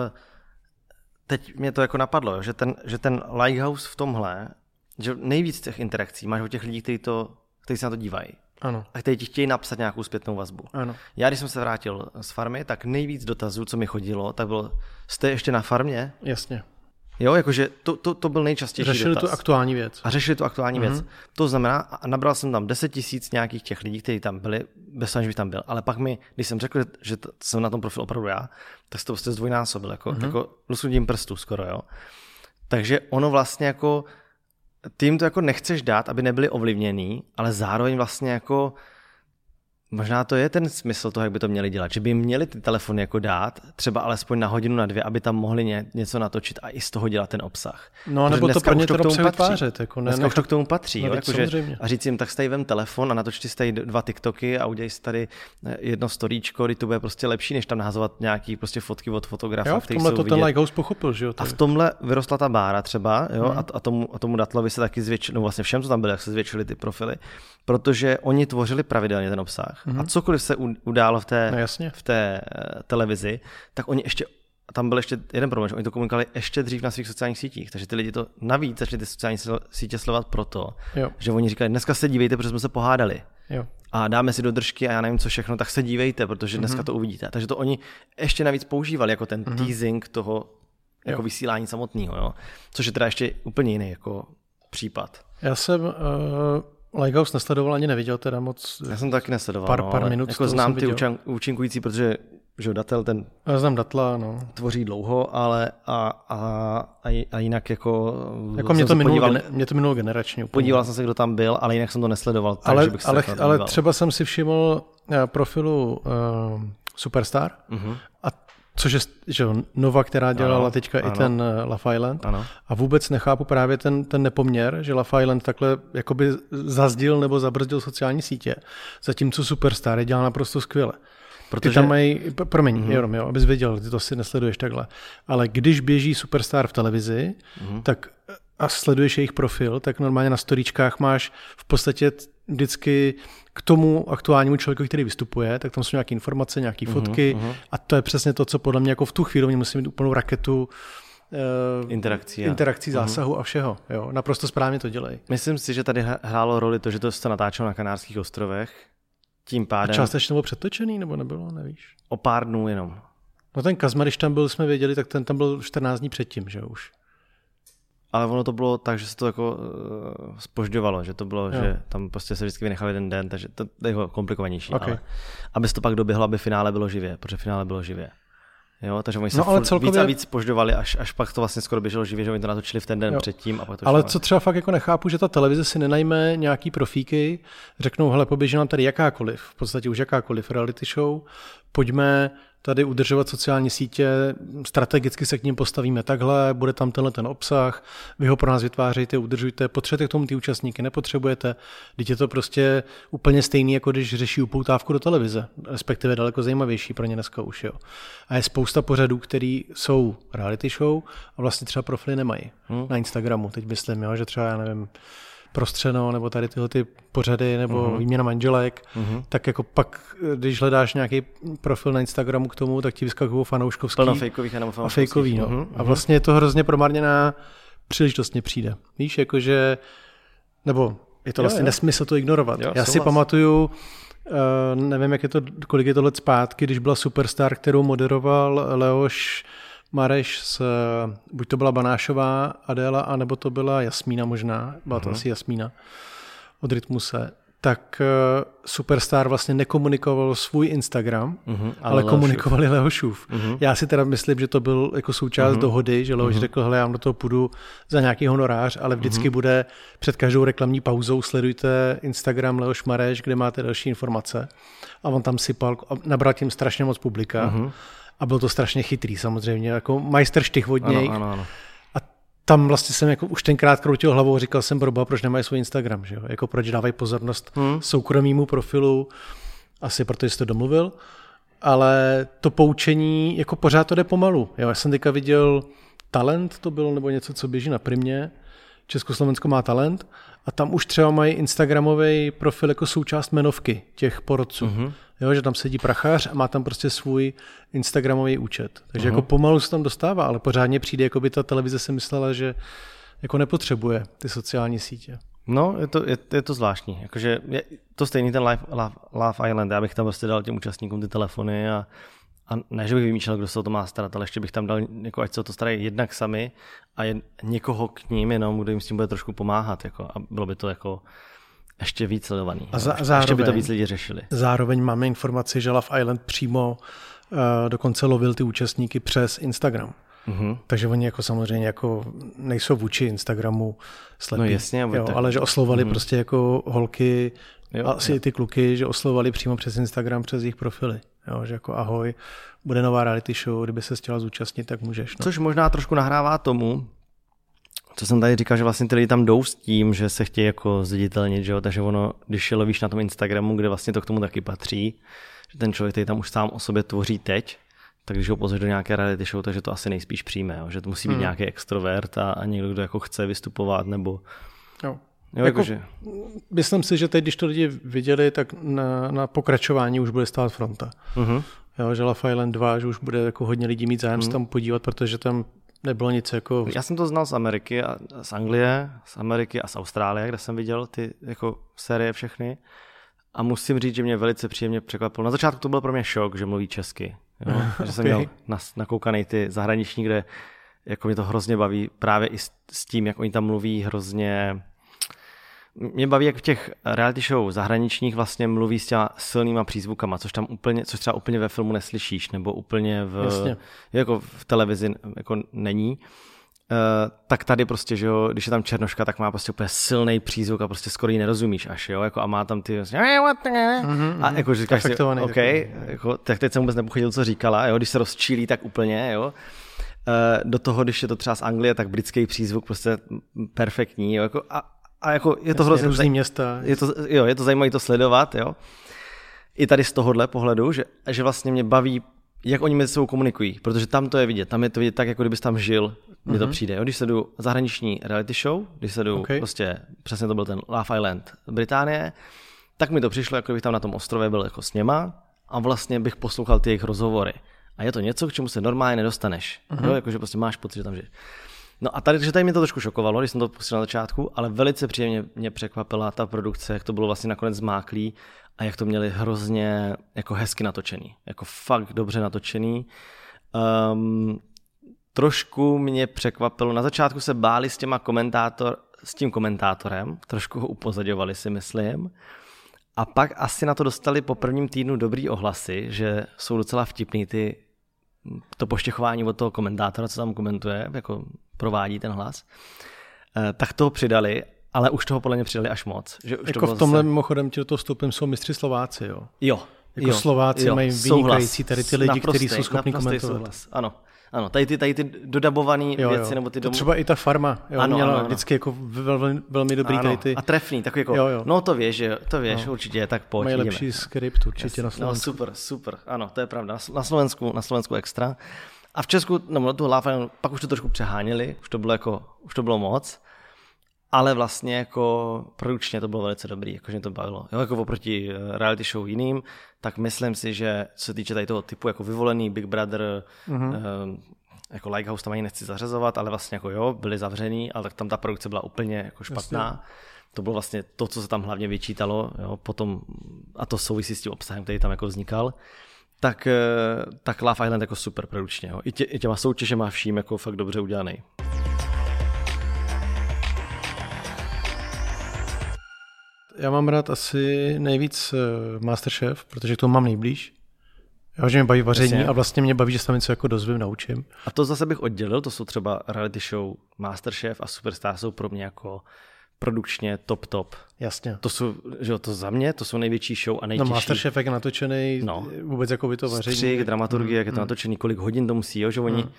teď mě to jako napadlo, že ten, že ten Likehouse v tomhle, že nejvíc těch interakcí máš od těch lidí, kteří, to, kteří se na to dívají.
Ano.
A kteří ti chtějí napsat nějakou zpětnou vazbu.
Ano.
Já, když jsem se vrátil z farmy, tak nejvíc dotazů, co mi chodilo, tak bylo, jste ještě na farmě?
Jasně.
Jo, jakože to, to, to byl nejčastější
řešili
dotaz.
Řešili tu aktuální věc.
A řešili tu aktuální mm-hmm. věc. To znamená, a nabral jsem tam deset tisíc nějakých těch lidí, kteří tam byli, bez toho, že bych tam byl. Ale pak mi, když jsem řekl, že t- jsem na tom profilu opravdu já, tak se to prostě zdvojnásobil, jako, mm-hmm. jako lusknutím prstů skoro, jo. Takže ono vlastně jako, ty jim to jako nechceš dát, aby nebyli ovlivněný, ale zároveň vlastně jako možná to je ten smysl toho, jak by to měli dělat, že by jim měli ty telefony jako dát, třeba alespoň na hodinu, na dvě, aby tam mohli ně, něco natočit a i z toho dělat ten obsah.
No, nebo to pro ně ten obsah vytvářet. Jako ne,
dneska
ne,
už to k tomu patří.
No,
jo, jako že, a říct jim, tak si tady vem telefon a natočte si tady dva TikToky a udělej si tady jedno storíčko, kdy to bude prostě lepší, než tam nahazovat nějaký prostě fotky od fotografa.
Jo, v tomhle to ten Likehouse pochopil, že jo.
A v tomhle vyrostla ta Bára třeba, jo, hmm. a, a, tomu, a tomu Datlovi se taky zvětšili, no vlastně všem, co tam byli, jak se zvětšili ty profily, protože oni tvořili pravidelně ten obsah. Hmm. A cokoliv se událo v té,
no,
v té televizi, tak oni ještě, tam byl ještě jeden problém, že oni to komunikovali ještě dřív na svých sociálních sítích, takže ty lidi to navíc začali ty sociální sítě sledovat proto, jo. že oni říkali, dneska se dívejte, protože jsme se pohádali.
Jo.
A dáme si do držky a já nevím co všechno, tak se dívejte, protože dneska mm-hmm. to uvidíte. Takže to oni ještě navíc používali jako ten mm-hmm. teasing toho jako vysílání samotného, jo? Což je teda ještě úplně jiný jako případ.
Já jsem uh... Likehouse nesledoval, ani neviděl teda moc.
Já jsem taky nesledoval,
pár,
no,
pár
ale
minut
jako znám ty učan, účinkující, protože že Datel ten
Já znám Datla, no.
tvoří dlouho, ale a, a, a jinak jako...
Jako mě to, podíval, gene, mě to minulo generačně. Úplně.
Podíval jsem se, kdo tam byl, ale jinak jsem to nesledoval. Tak,
ale
že bych se
ale, ale třeba jsem si všiml profilu uh, Superstar, uh-huh. a což je že Nova, která dělala ano, teďka ano. i ten Love Island. Ano. A vůbec nechápu právě ten, ten nepoměr, že Love Island takhle jakoby zazdil nebo zabrzdil sociální sítě, zatímco Superstar je dělal naprosto skvěle. Protože... Ty tam mají, promiň, mm-hmm. Jorom, jo, abys věděl, ty to si nesleduješ takhle, ale když běží Superstar v televizi, mm-hmm. tak a sleduješ jejich profil, tak normálně na storíčkách máš v podstatě vždycky k tomu aktuálnímu člověku, který vystupuje, tak tam jsou nějaké informace, nějaké fotky mm-hmm. a to je přesně to, co podle mě jako v tu chvíli oni musí mít úplnou raketu uh,
interakcí,
interakcí zásahu mm-hmm. a všeho. Jo, naprosto správně to dělají.
Myslím si, že tady hrálo roli to, že to se natáčelo na Kanárských ostrovech. Tím pádem...
A částečně bylo přetočený, nebo nebylo, nevíš?
O pár dnů jenom.
No ten Kazma, když tam byl, jsme věděli, tak ten tam byl čtrnáct dní předtím, že už.
Ale ono to bylo tak, že se to jako uh, zpožďovalo, že to bylo, jo. že tam prostě se vždycky vynechal jeden den, takže to je jako komplikovanější. Okay. Ale aby se to pak doběhlo, aby finále bylo živě, protože finále bylo živě. Jo, takže oni se no, ale celkově... víc a víc zpožďovali, až, až pak to vlastně skoro běželo živě, že oni to natočili v ten den jo. předtím. A pak to
ale co třeba fakt jako nechápu, že ta televize si nenajme nějaký profíky, řeknou, hele, poběží nám tady jakákoliv, v podstatě už jakákoliv reality show, pojďme tady udržovat sociální sítě, strategicky se k ním postavíme takhle, bude tam tenhle ten obsah, vy ho pro nás vytvářejte, udržujte, potřebujete k tomu ty účastníky, nepotřebujete, teď je to prostě úplně stejný, jako když řeší upoutávku do televize, respektive daleko zajímavější pro ně dneska už, jo. A je spousta pořadů, který jsou reality show a vlastně třeba profily nemají hmm. na Instagramu, teď myslím, jo, že třeba, já nevím, Prostřeno, nebo tady tyhle ty pořady, nebo uh-huh. výměna manželek, uh-huh. tak jako pak, když hledáš nějaký profil na Instagramu k tomu, tak ti vyskakují fanouškovský.
Plno fejkových a nebo fanouškovských.
A fejkový, no. Uh-huh. A vlastně je to hrozně promarněná příležitost mě přijde. Víš, jakože, nebo je to jo, vlastně jo. nesmysl to ignorovat. Jo, Já si pamatuju, uh, nevím, jak je to, kolik je to let zpátky, když byla Superstar, kterou moderoval Leoš Mareš, s, buď to byla Banášová Adéla, anebo to byla Jasmína možná, byla to uh-huh. asi Jasmína od Rytmuse, tak uh, Superstar vlastně nekomunikoval svůj Instagram, uh-huh, ale, ale komunikovali Leošův. Uh-huh. Já si teda myslím, že to byl jako součást uh-huh. dohody, že Leoš uh-huh. řekl, hele, já vám do toho půjdu za nějaký honorář, ale vždycky uh-huh. bude před každou reklamní pauzou sledujte Instagram Leoš Mareš, kde máte další informace. A on tam sypal, nabral tím strašně moc publika. Uh-huh. A byl to strašně chytrý samozřejmě, jako majstrštych od něj.
Ano, ano, ano.
A tam vlastně jsem jako už tenkrát kroutil hlavou a říkal jsem, proba, proč nemají svůj Instagram, že jo? Jako proč dávají pozornost hmm. soukromýmu profilu, asi protože jsi to domluvil, ale to poučení, jako pořád to jde pomalu. Jo? Já jsem teďka viděl Talent, to bylo, nebo něco, co běží na Primě, Československo má Talent, a tam už třeba mají instagramový profil jako součást jmenovky těch porodců. Mm-hmm. Jo, že tam sedí prachář a má tam prostě svůj instagramový účet. Takže mm-hmm. jako pomalu se tam dostává, ale pořádně přijde, jako by ta televize si myslela, že jako nepotřebuje ty sociální sítě.
No, je to, je, je to zvláštní. Jakože je to stejný ten Live, Love, Love Island. Já bych tam prostě dal těm účastníkům ty telefony a, a ne, že bych vymýšlel, kdo se o to má starat, ale ještě bych tam dal, jako, ať se o to starají jednak sami a je, někoho k ním jenom, kdo jim s tím bude trošku pomáhat. Jako, a bylo by to jako ještě víc sledovaný.
A za,
ještě,
zároveň,
ještě by to víc lidi řešili.
Zároveň máme informaci, že Love Island přímo uh, dokonce lovil ty účastníky přes Instagram. Mm-hmm. Takže oni jako samozřejmě jako nejsou vůči Instagramu slepí.
No jasně,
jo,
tak...
ale že oslovali mm-hmm. prostě jako holky, jo, asi jo. ty kluky, že oslovali přímo přes Instagram, přes jejich profily. Jo, že jako ahoj, bude nová reality show, kdyby se chtěla zúčastnit, tak můžeš. No.
Což možná trošku nahrává tomu, co jsem tady říkal, že vlastně ty lidi tam jdou s tím, že se chtějí jako zviditelnit, že jo, takže ono, když je lovíš na tom Instagramu, kde vlastně to k tomu taky patří, že ten člověk, který tam už sám o sobě tvoří teď, tak když ho pozveš do nějaké reality show, takže to asi nejspíš přijme, jo, že to musí být hmm. nějaký extrovert a, a někdo, kdo jako chce vystupovat, nebo...
Jo.
Jo,
jako,
jakože...
Myslím si, že teď, když to lidi viděli, tak na, na pokračování už bude stát fronta. Uh-huh. Jo, že Love Island dva, že už bude jako hodně lidí mít zájem uh-huh. se tam podívat, protože tam nebylo nic jako...
Já jsem to znal z Ameriky, a z Anglie, z Ameriky a z Austrálie, kde jsem viděl ty jako série všechny. A musím říct, že mě velice příjemně překvapilo. Na začátku to byl pro mě šok, že mluví česky. Jo? že jsem okay. měl nakoukaný ty zahraniční, kde jako mě to hrozně baví právě i s, s tím, jak oni tam mluví hrozně... mě baví, jak v těch reality show zahraničních vlastně mluví s těma silnýma přízvukama, což tam úplně, což třeba úplně ve filmu neslyšíš, nebo úplně v, jako v televizi jako není. Uh, tak tady prostě, že jo, když je tam Černoška, tak má prostě úplně silný přízvuk a prostě skoro jí nerozumíš až, jo, jako a má tam ty mm-hmm, a jako říkáš si, OK, jako, tak teď jsem vůbec nepochodil, co říkala, jo, když se rozčílí, tak úplně, jo. Uh, do toho, když je to třeba z Anglie, tak britský přízvuk prostě perfektní, jo, jako a, a jako je to
Jasně,
hrozně
různý města.
Je to, jo, je to zajímavé to sledovat, jo. I tady z tohohle pohledu, že, že vlastně mě baví, jak oni mezi sebou komunikují, protože tam to je vidět, tam je to vidět tak, jako kdybys tam žil, mně to přijde. Jo? Když se jdu zahraniční reality show, když se jdu okay. prostě, přesně to byl ten Love Island Británie, tak mi to přišlo, jako bych tam na tom ostrově byl jako s něma a vlastně bych poslouchal ty jejich rozhovory. A je to něco, k čemu se normálně nedostaneš. Uh-huh. Jo? Jakože prostě máš pocit, že tam žiješ. No a tady, že tady mě to trošku šokovalo, když jsem to pustil na začátku, ale velice příjemně mě překvapila ta produkce, jak to bylo vlastně nakonec zmáklý a jak to měli hrozně jako hezky natočený. Jako fakt dobře natočený. Um, trošku mě překvapilo, na začátku se báli s, těma komentátor, s tím komentátorem, trošku ho upozadňovali si myslím. A pak asi na to dostali po prvním týdnu dobrý ohlasy, že jsou docela vtipný ty, to poštěchování od toho komentátora, co tam komentuje, jako provádí ten hlas. E, tak toho přidali, ale už toho podle mě přidali až moc. Že už
jako
to
v tomhle
zase...
mimochodem ti do toho vstupem jsou mistři Slováci, jo?
Jo.
Jako
jo,
Slováci
jo,
mají vynikající tady ty lidi, kteří jsou schopni komentovat.
Souhlas. Ano. Ano, tady ty, tady ty dodabované věci, nebo ty
domů... Třeba i ta farma, jo, ano, měla ano, ano. vždycky jako velmi, velmi dobrý
ano,
tady ty...
a trefný, takový jako,
jo, jo.
no to věš, že, to věš, no. určitě, tak pojď,
mají lepší skript určitě Jasně. na Slovensku.
No super, super, ano, to je pravda, na Slovensku, na Slovensku extra. A v Česku, no na toho Love, pak už to trošku přeháněli, už to bylo jako, už to bylo moc, ale vlastně jako produkčně to bylo velice dobrý, jakože to bavilo. Jo, jako oproti reality show jiným, tak myslím si, že co se týče tady toho typu jako vyvolený Big Brother, mm-hmm. um, jako Likehouse tam ani nechci zařazovat, ale vlastně jako jo, byli zavřený, ale tak tam ta produkce byla úplně jako špatná. Jasně. To bylo vlastně to, co se tam hlavně vyčítalo, jo, potom, a to souvisí s tím obsahem, který tam jako vznikal, tak, tak Love Island jako super produkčně. Jo. I, tě, I těma soutěžema vším jako fakt dobře udělaný.
Já mám rád asi nejvíc Masterchef, protože k tomu mám nejblíž. Jo, že mě baví vaření Jasně. a vlastně mě baví, že se tam něco jako dozvím, naučím.
A to zase bych oddělil, to jsou třeba reality show Masterchef a Superstar jsou pro mě jako produkčně top top.
Jasně.
To jsou, že jo, to za mě, to jsou největší show a nejtěžší.
No Masterchef jak je natočený, no. vůbec jako by to vaření.
Střih, dramaturgie, mm, jak je to mm. natočený, kolik hodin to musí, jo, že oni, mm.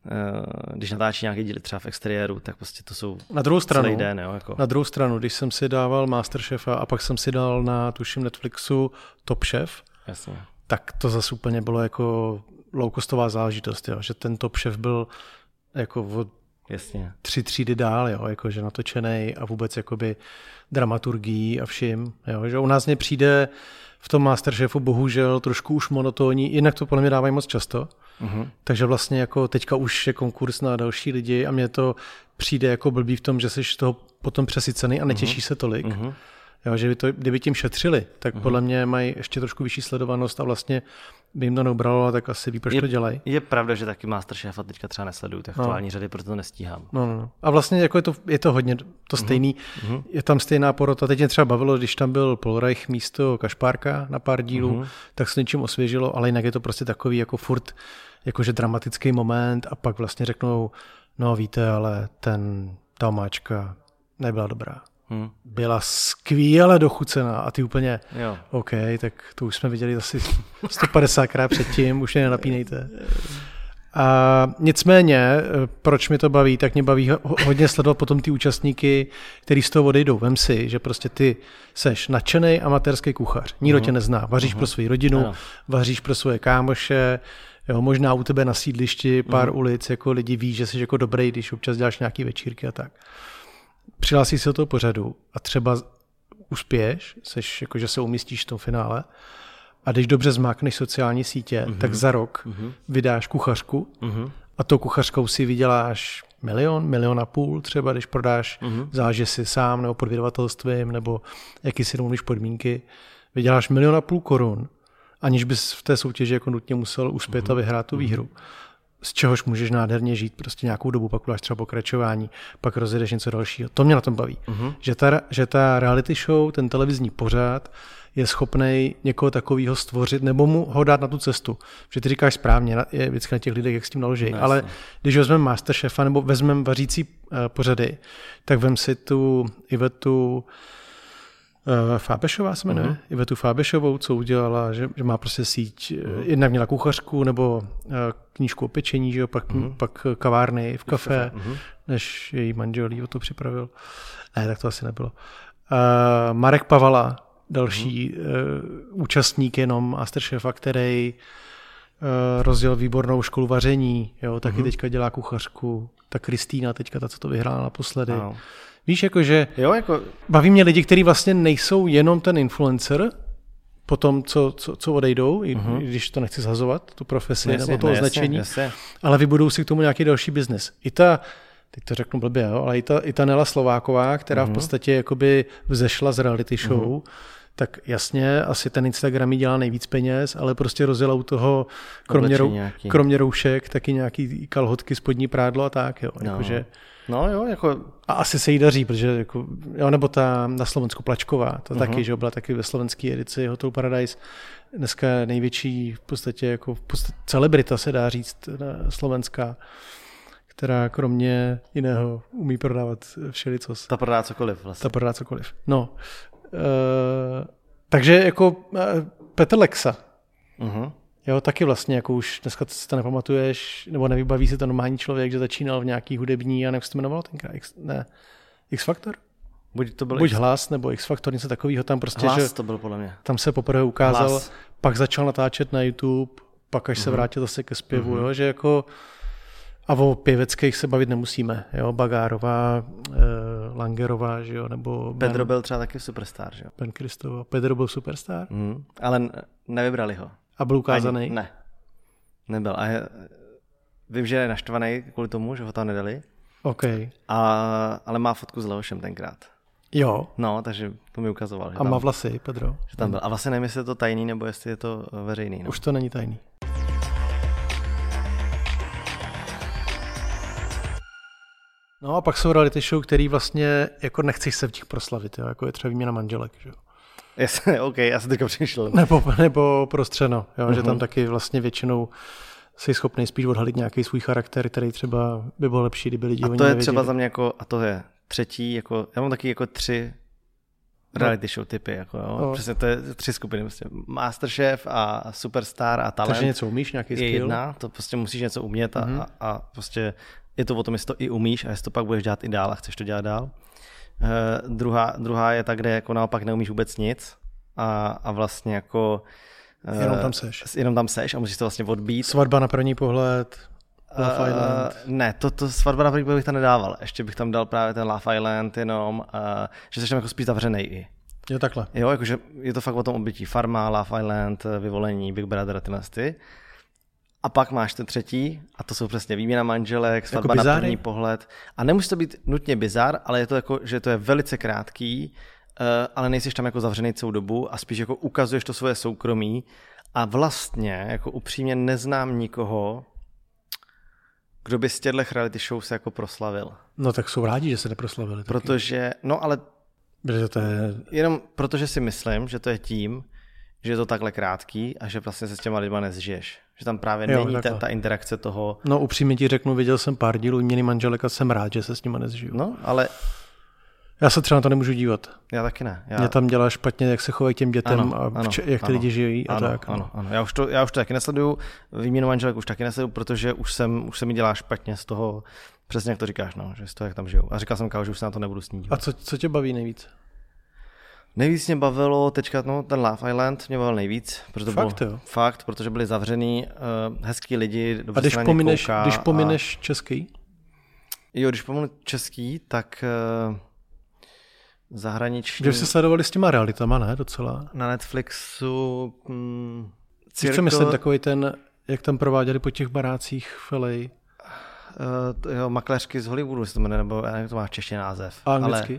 když natáčí nějaké díly třeba v exteriéru, tak prostě to jsou
na druhou stranu,
celý den. Jo, jako.
Na druhou stranu, když jsem si dával Masterchefa a pak jsem si dal na, tuším, Netflixu Top Chef,
Jasně.
tak to zase úplně bylo jako low-costová záležitost, jo, že ten Top Chef byl jako od
Jasně.
tři třídy dál, jo, jakože natočený a vůbec jakoby dramaturgií a vším, jo, že u nás mě přijde v tom Masterchefu bohužel trošku už monotónní, jinak to podle mě dávají moc často, uh-huh. takže vlastně jako teďka už je konkurs na další lidi a mně to přijde jako blbý v tom, že jsi toho potom přesycený a netěší uh-huh. se tolik. Uh-huh. Jo, že by to, kdyby tím šetřili, tak uh-huh. podle mě mají ještě trošku vyšší sledovanost a vlastně by jim to neubralo, tak asi ví, proč
je,
to dělají.
Je pravda, že taky Masterchefa teďka třeba nesleduju, tak aktuální no. řady, proto to nestíhám.
No, no, no. A vlastně jako je, to, je to hodně to stejný, uh-huh. je tam stejná porota. Teď mě třeba bavilo, když tam byl Polreich místo Kašpárka na pár dílů, uh-huh. tak se něčím osvěžilo, ale jinak je to prostě takový jako furt jakože dramatický moment a pak vlastně řeknou, no víte, ale ten, ta omáčka nebyla dobrá. Hmm. Byla skvěle dochucená a ty úplně, jo. OK, tak to už jsme viděli asi sto padesátkrát předtím, už je nenapínejte. A nicméně, proč mi to baví, tak mě baví hodně sledovat potom ty účastníky, který z toho odejdou. Vem si, že prostě ty seš nadšenej amatérský kuchař, nikdo uh-huh. tě nezná, vaříš uh-huh. pro svou rodinu, ano. vaříš pro svoje kámoše, jo, možná u tebe na sídlišti pár uh-huh. ulic, jako lidi ví, že jsi jako dobrý, když občas děláš nějaký večírky a tak. Přihlásíš se do toho pořadu a třeba uspěješ, seš, jako, že se umístíš v tom finále a když dobře zmákneš sociální sítě, uh-huh. tak za rok uh-huh. vydáš kuchařku uh-huh. a tou kuchařkou si vyděláš milion, milion a půl třeba, když prodáš, uh-huh. záleží si sám nebo pod vydavatelstvím nebo jaký si domluvíš podmínky, vyděláš milion a půl korun, aniž bys v té soutěži jako nutně musel uspět uh-huh. a vyhrát tu výhru. z čehož můžeš nádherně žít prostě nějakou dobu, pak uděláš třeba pokračování, pak rozjedeš něco dalšího. To mě na tom baví. Uh-huh. Že, ta, že ta reality show, ten televizní pořád je schopnej někoho takového stvořit nebo mu ho dát na tu cestu. Že ty říkáš správně, je vždycky na těch lidech, jak s tím naloží. No, ale když vezmeme Masterchefa nebo vezmeme vařící uh, pořady, tak vem si tu Ivetu Uh, Fábešová se jmenuje, uh-huh. Ivetu Fábešovou, co udělala, že, že má prostě síť, uh-huh. jednak měla kuchařku nebo uh, knížku o pečení, že jo, pak, uh-huh. pak kavárny v kafe, uh-huh. než její manžel jí o to připravil. Ne, tak to asi nebylo. Uh, Marek Pavala, další uh-huh. uh, účastník jenom Masterchefa, který uh, rozjel výbornou školu vaření, jo, taky uh-huh. teďka dělá kuchařku, ta Kristýna teďka, ta, co to vyhrála naposledy. Uh-huh. Víš, jakože
jo, jako...
baví mě lidi, kteří vlastně nejsou jenom ten influencer po tom, co, co, co odejdou, uh-huh. i když to nechci zhazovat, tu profesi no, nebo to no, označení, jasně, jasně. ale vybudou si k tomu nějaký další biznis. I ta, teď to řeknu blbě, jo, ale i ta, i ta Nela Slováková, která uh-huh. v podstatě jakoby vzešla z reality show, uh-huh. tak jasně, asi ten Instagram jí dělá nejvíc peněz, ale prostě rozjela u toho, kromě, rou, kromě roušek, taky nějaký kalhotky, spodní prádlo a tak, jo, no. jakože...
No jo, jako...
A asi se jí daří, protože jako, jo, nebo ta na Slovensku Plačková, to uh-huh. taky, že byla taky ve slovenské edici Hotel Paradise. Dneska největší v podstatě jako v podstatě celebrita se dá říct slovenská, která kromě jiného umí prodávat všelicos.
Ta prodá cokoliv vlastně.
Ta prodá cokoliv. No. E, takže jako Petr Lexa. Uh-huh. Jo, taky vlastně, jako už dneska si to nepamatuješ, nebo nevybaví si to normální člověk, že začínal v nějaký hudební, a nevím, se to jmenoval tenkrát, X, ne, X-Factor?
Buď to byl
Buď
X...
Hlas, nebo X-Factor, něco takového, tam prostě,
Hlas
že
to byl podle mě.
Tam se poprvé ukázal,
Hlas.
Pak začal natáčet na YouTube, pak až uh-huh. se vrátil zase ke zpěvu, uh-huh. jo, že jako, a o pěveckých se bavit nemusíme, jo, Bagárová, eh, Langerová, že jo, nebo...
Pedro ben, byl třeba taky superstar, že jo?
Ben Kristova, Pedro byl superstar?
Uh-huh. Ale nevybrali ho.
A byl ukázaný?
Ne, nebyl. A je, vím, že je naštvaný kvůli tomu, že ho tam nedali.
Okay.
A, ale má fotku s Leošem tenkrát.
Jo.
No, takže to mi ukazoval.
A tam, má vlasy, Pedro.
Že tam byl. A vlastně nevím, jestli je to tajný, nebo jestli je to veřejný. No.
Už to není tajný. No a pak jsou reality show, který vlastně jako nechceš se v těch proslavit, jo? Jako je třeba Výměna manželek, že jo.
Yes, OK, já jsem teďka přišel.
Nebo, nebo Prostřeno, jo? Uh-huh. Že tam taky vlastně většinou jsi schopný spíš odhalit nějaký svůj charakter, který třeba by byl lepší, kdyby lidi o něm
nevěděli. A to je
nevěděli.
třeba za mě jako, a to je třetí, jako, já mám taky jako tři reality show typy, jako jo. No. Přesně to je tři skupiny, prostě Masterchef a Superstar a Talent.
Takže něco umíš, nějaký skill?
Je jedna, to prostě musíš něco umět a, uh-huh. a, a prostě je to o tom, jestli to i umíš a jestli to pak budeš dělat i dál a chceš to dělat dál. Uh, druhá, druhá je ta, kde jako naopak neumíš vůbec nic a, a vlastně jako uh,
jenom tam seš.
Jenom tam seš a musíš to vlastně odbít.
Svatba na první pohled, Love uh, Island.
Ne, to, to svatba na první pohled bych tam nedával. Ještě bych tam dal právě ten Love Island jenom, uh, že jsi tam jako spíš zavřenej i.
Jo, takhle.
Jo, jakože je to fakt o tom obytí. Farma, Love Island, Vyvolení, Big Brother a tyhle ty. A pak máš ten třetí, a to jsou přesně Výměna manželek, Svatba jako na první pohled. A nemusí to být nutně bizar, ale je to jako, že to je velice krátký, uh, ale nejsiš tam jako zavřený celou dobu a spíš jako ukazuješ to svoje soukromí. A vlastně, jako upřímně neznám nikoho, kdo by z těchto reality show se jako proslavil.
No tak jsou rádi, že se neproslavili.
Protože, no ale
protože to je...
jenom protože si myslím, že to je tím, že je to takhle krátký a že vlastně se s těma lidma nezžiješ. Že tam právě jo, není ta, ta interakce toho.
No upřímně ti řeknu, viděl jsem pár dílů Výměny manželek a jsem rád, že se s nima nezžiju.
No, ale...
Já se třeba na to nemůžu dívat.
Já taky ne. Já...
Mě tam dělá špatně, jak se chovají k těm dětem
ano,
a
ano,
vč- jak ty
ano,
lidi žijí a
ano,
tak.
Ano, ano. Já, už to, já už to taky nesleduju. Výměnu manželek už taky nesleduju, protože už, jsem, už se mi dělá špatně z toho, přesně jak to říkáš, no, že z toho, jak tam žijou. A říkal jsem Kálo, že už se na to nebudu snít.
A co, co tě baví nejvíc?
Nejvíc mě bavilo teďka, no, ten Love Island mě bavil nejvíc. Protože
fakt,
bylo,
jo?
Fakt, protože byli zavřený, uh, hezký lidi, dobře
a když
se na ně
pomineš,
kouká.
když pomineš
a...
český?
Jo, když pominu český, tak uh, zahraniční...
Že jste sledovali s těma realitama, ne, docela?
Na Netflixu... Mm,
Cirkl... Co myslím, takový ten, jak tam prováděli po těch barácích v L A?
Uh, jo, makléřky z Hollywoodu se to jmenuje, nebo jak to má čeští název.
A anglicky?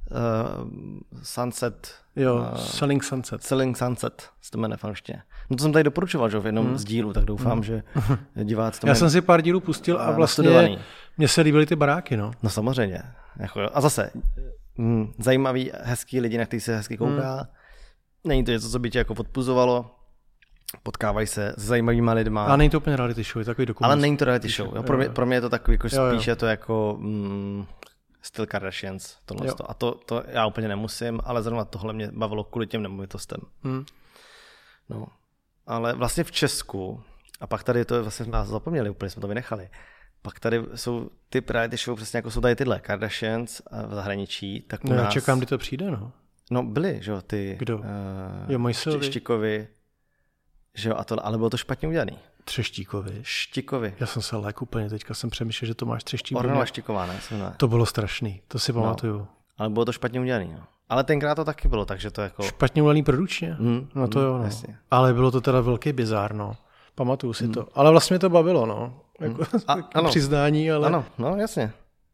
uh, Sunset.
Jo,
uh,
Selling Sunset.
Selling Sunset, se to jmenuje v angličtině. No to jsem tady doporučoval, že v jednom hmm. z dílů, tak doufám, hmm. že diváci to
Já jsem si pár dílů pustil a vlastně mně se líbily ty baráky, no.
No samozřejmě. Jako, a zase, mm, zajímavý, hezký lidi, na který se hezky kouká. Hmm. Není to něco, co by tě jako podpuzovalo. Potkávají se s zajímavýma lidma.
A není to úplně reality show, je takový dokument.
Ale není to reality show. Jo, pro, mě, pro mě je to takový, jako jo, spíš jo. je to jako mm, styl Kardashians. Tohle a to, to já úplně nemusím, ale zrovna tohle mě bavilo kvůli těm nemovitostem. Hmm. No, ale vlastně v Česku, a pak tady to vlastně jsme zapomněli, úplně jsme to vynechali, pak tady jsou ty reality show přesně jako jsou tady tyhle Kardashians v zahraničí. Tak u
no,
nás...
já čekám, kdy to přijde, no.
No byly, že jo, ty...
Kdo? Uh, jo,
Šti, Štikovi, že jo, a to, ale bylo to špatně udělaný.
Třeštíkovi.
Štikovi.
Já jsem se lék úplně, teďka jsem přemýšlel, že to máš Třeštík.
Ornella Štiková, ne? ne?
To bylo strašný, to si pamatuju.
No, ale bylo to špatně udělaný, no. Ale tenkrát to taky bylo, takže to jako...
Špatně udělaný produčně? Hmm, no to hmm, jo, no. Jasně. Ale bylo to teda velký bizár, no. Pamatuju si hmm. to. Ale vlastně mě to bavilo, no. Jako, hmm. a, ano. Přiznání, ale...
Ano, no jasně.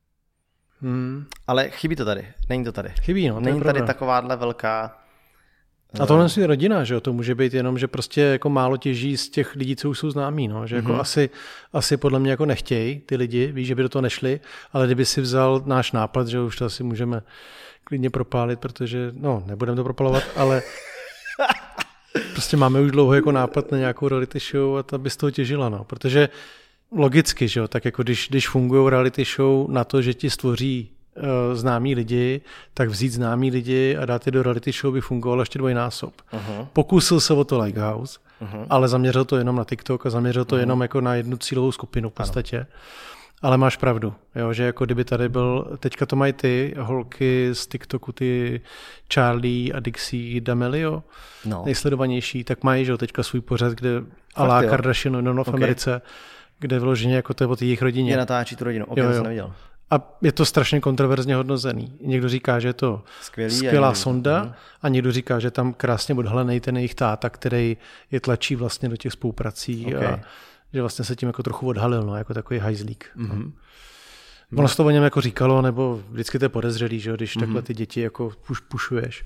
Hmm. Ale chybí to tady, není to tady.
Chybí, no.
Není tady takováhle velká...
A tohle je rodina, že jo, to může být jenom, že prostě jako málo těží z těch lidí, co už jsou známí, no, že jako mm-hmm. asi, asi podle mě jako nechtějí ty lidi, víš, že by do toho nešli, ale kdyby si vzal náš nápad, že už to asi můžeme klidně propálit, protože, no, nebudeme to propalovat, ale prostě máme už dlouho jako nápad na nějakou reality show a ta by z toho těžila, no, protože logicky, že jo, tak jako když, když fungují reality show na to, že ti stvoří známí lidi, tak vzít známí lidi a dát je do reality show by fungovalo ještě dvojnásob. Uh-huh. Pokusil se o to Likehouse, uh-huh. ale zaměřil to jenom na TikTok a zaměřil to uh-huh. jenom jako na jednu cílovou skupinu v podstatě. Ano. Ale máš pravdu, jo, že jako kdyby tady byl, teďka to mají ty holky z TikToku, ty Charlie a Dixie D'Amelio, no. nejsledovanější, tak mají, že jo, teďka svůj pořad, kde Alá Kardashian no, v okay. Americe, kde vyloženě jako to je o jejich rodině.
Je natáčí tu rodinu, opět jsem neviděl.
A je to strašně kontroverzně hodnocený. Někdo říká, že je to Skvělý, skvělá sonda uh-huh. a někdo říká, že tam krásně odhalený ten jejich táta, který je tlačí vlastně do těch spoluprací okay. a že vlastně se tím jako trochu odhalil, no, jako takový hajzlík. Uh-huh. Ono se to o něm jako říkalo, nebo vždycky to je podezřelý, že když uh-huh. takhle ty děti jako puš, pušuješ.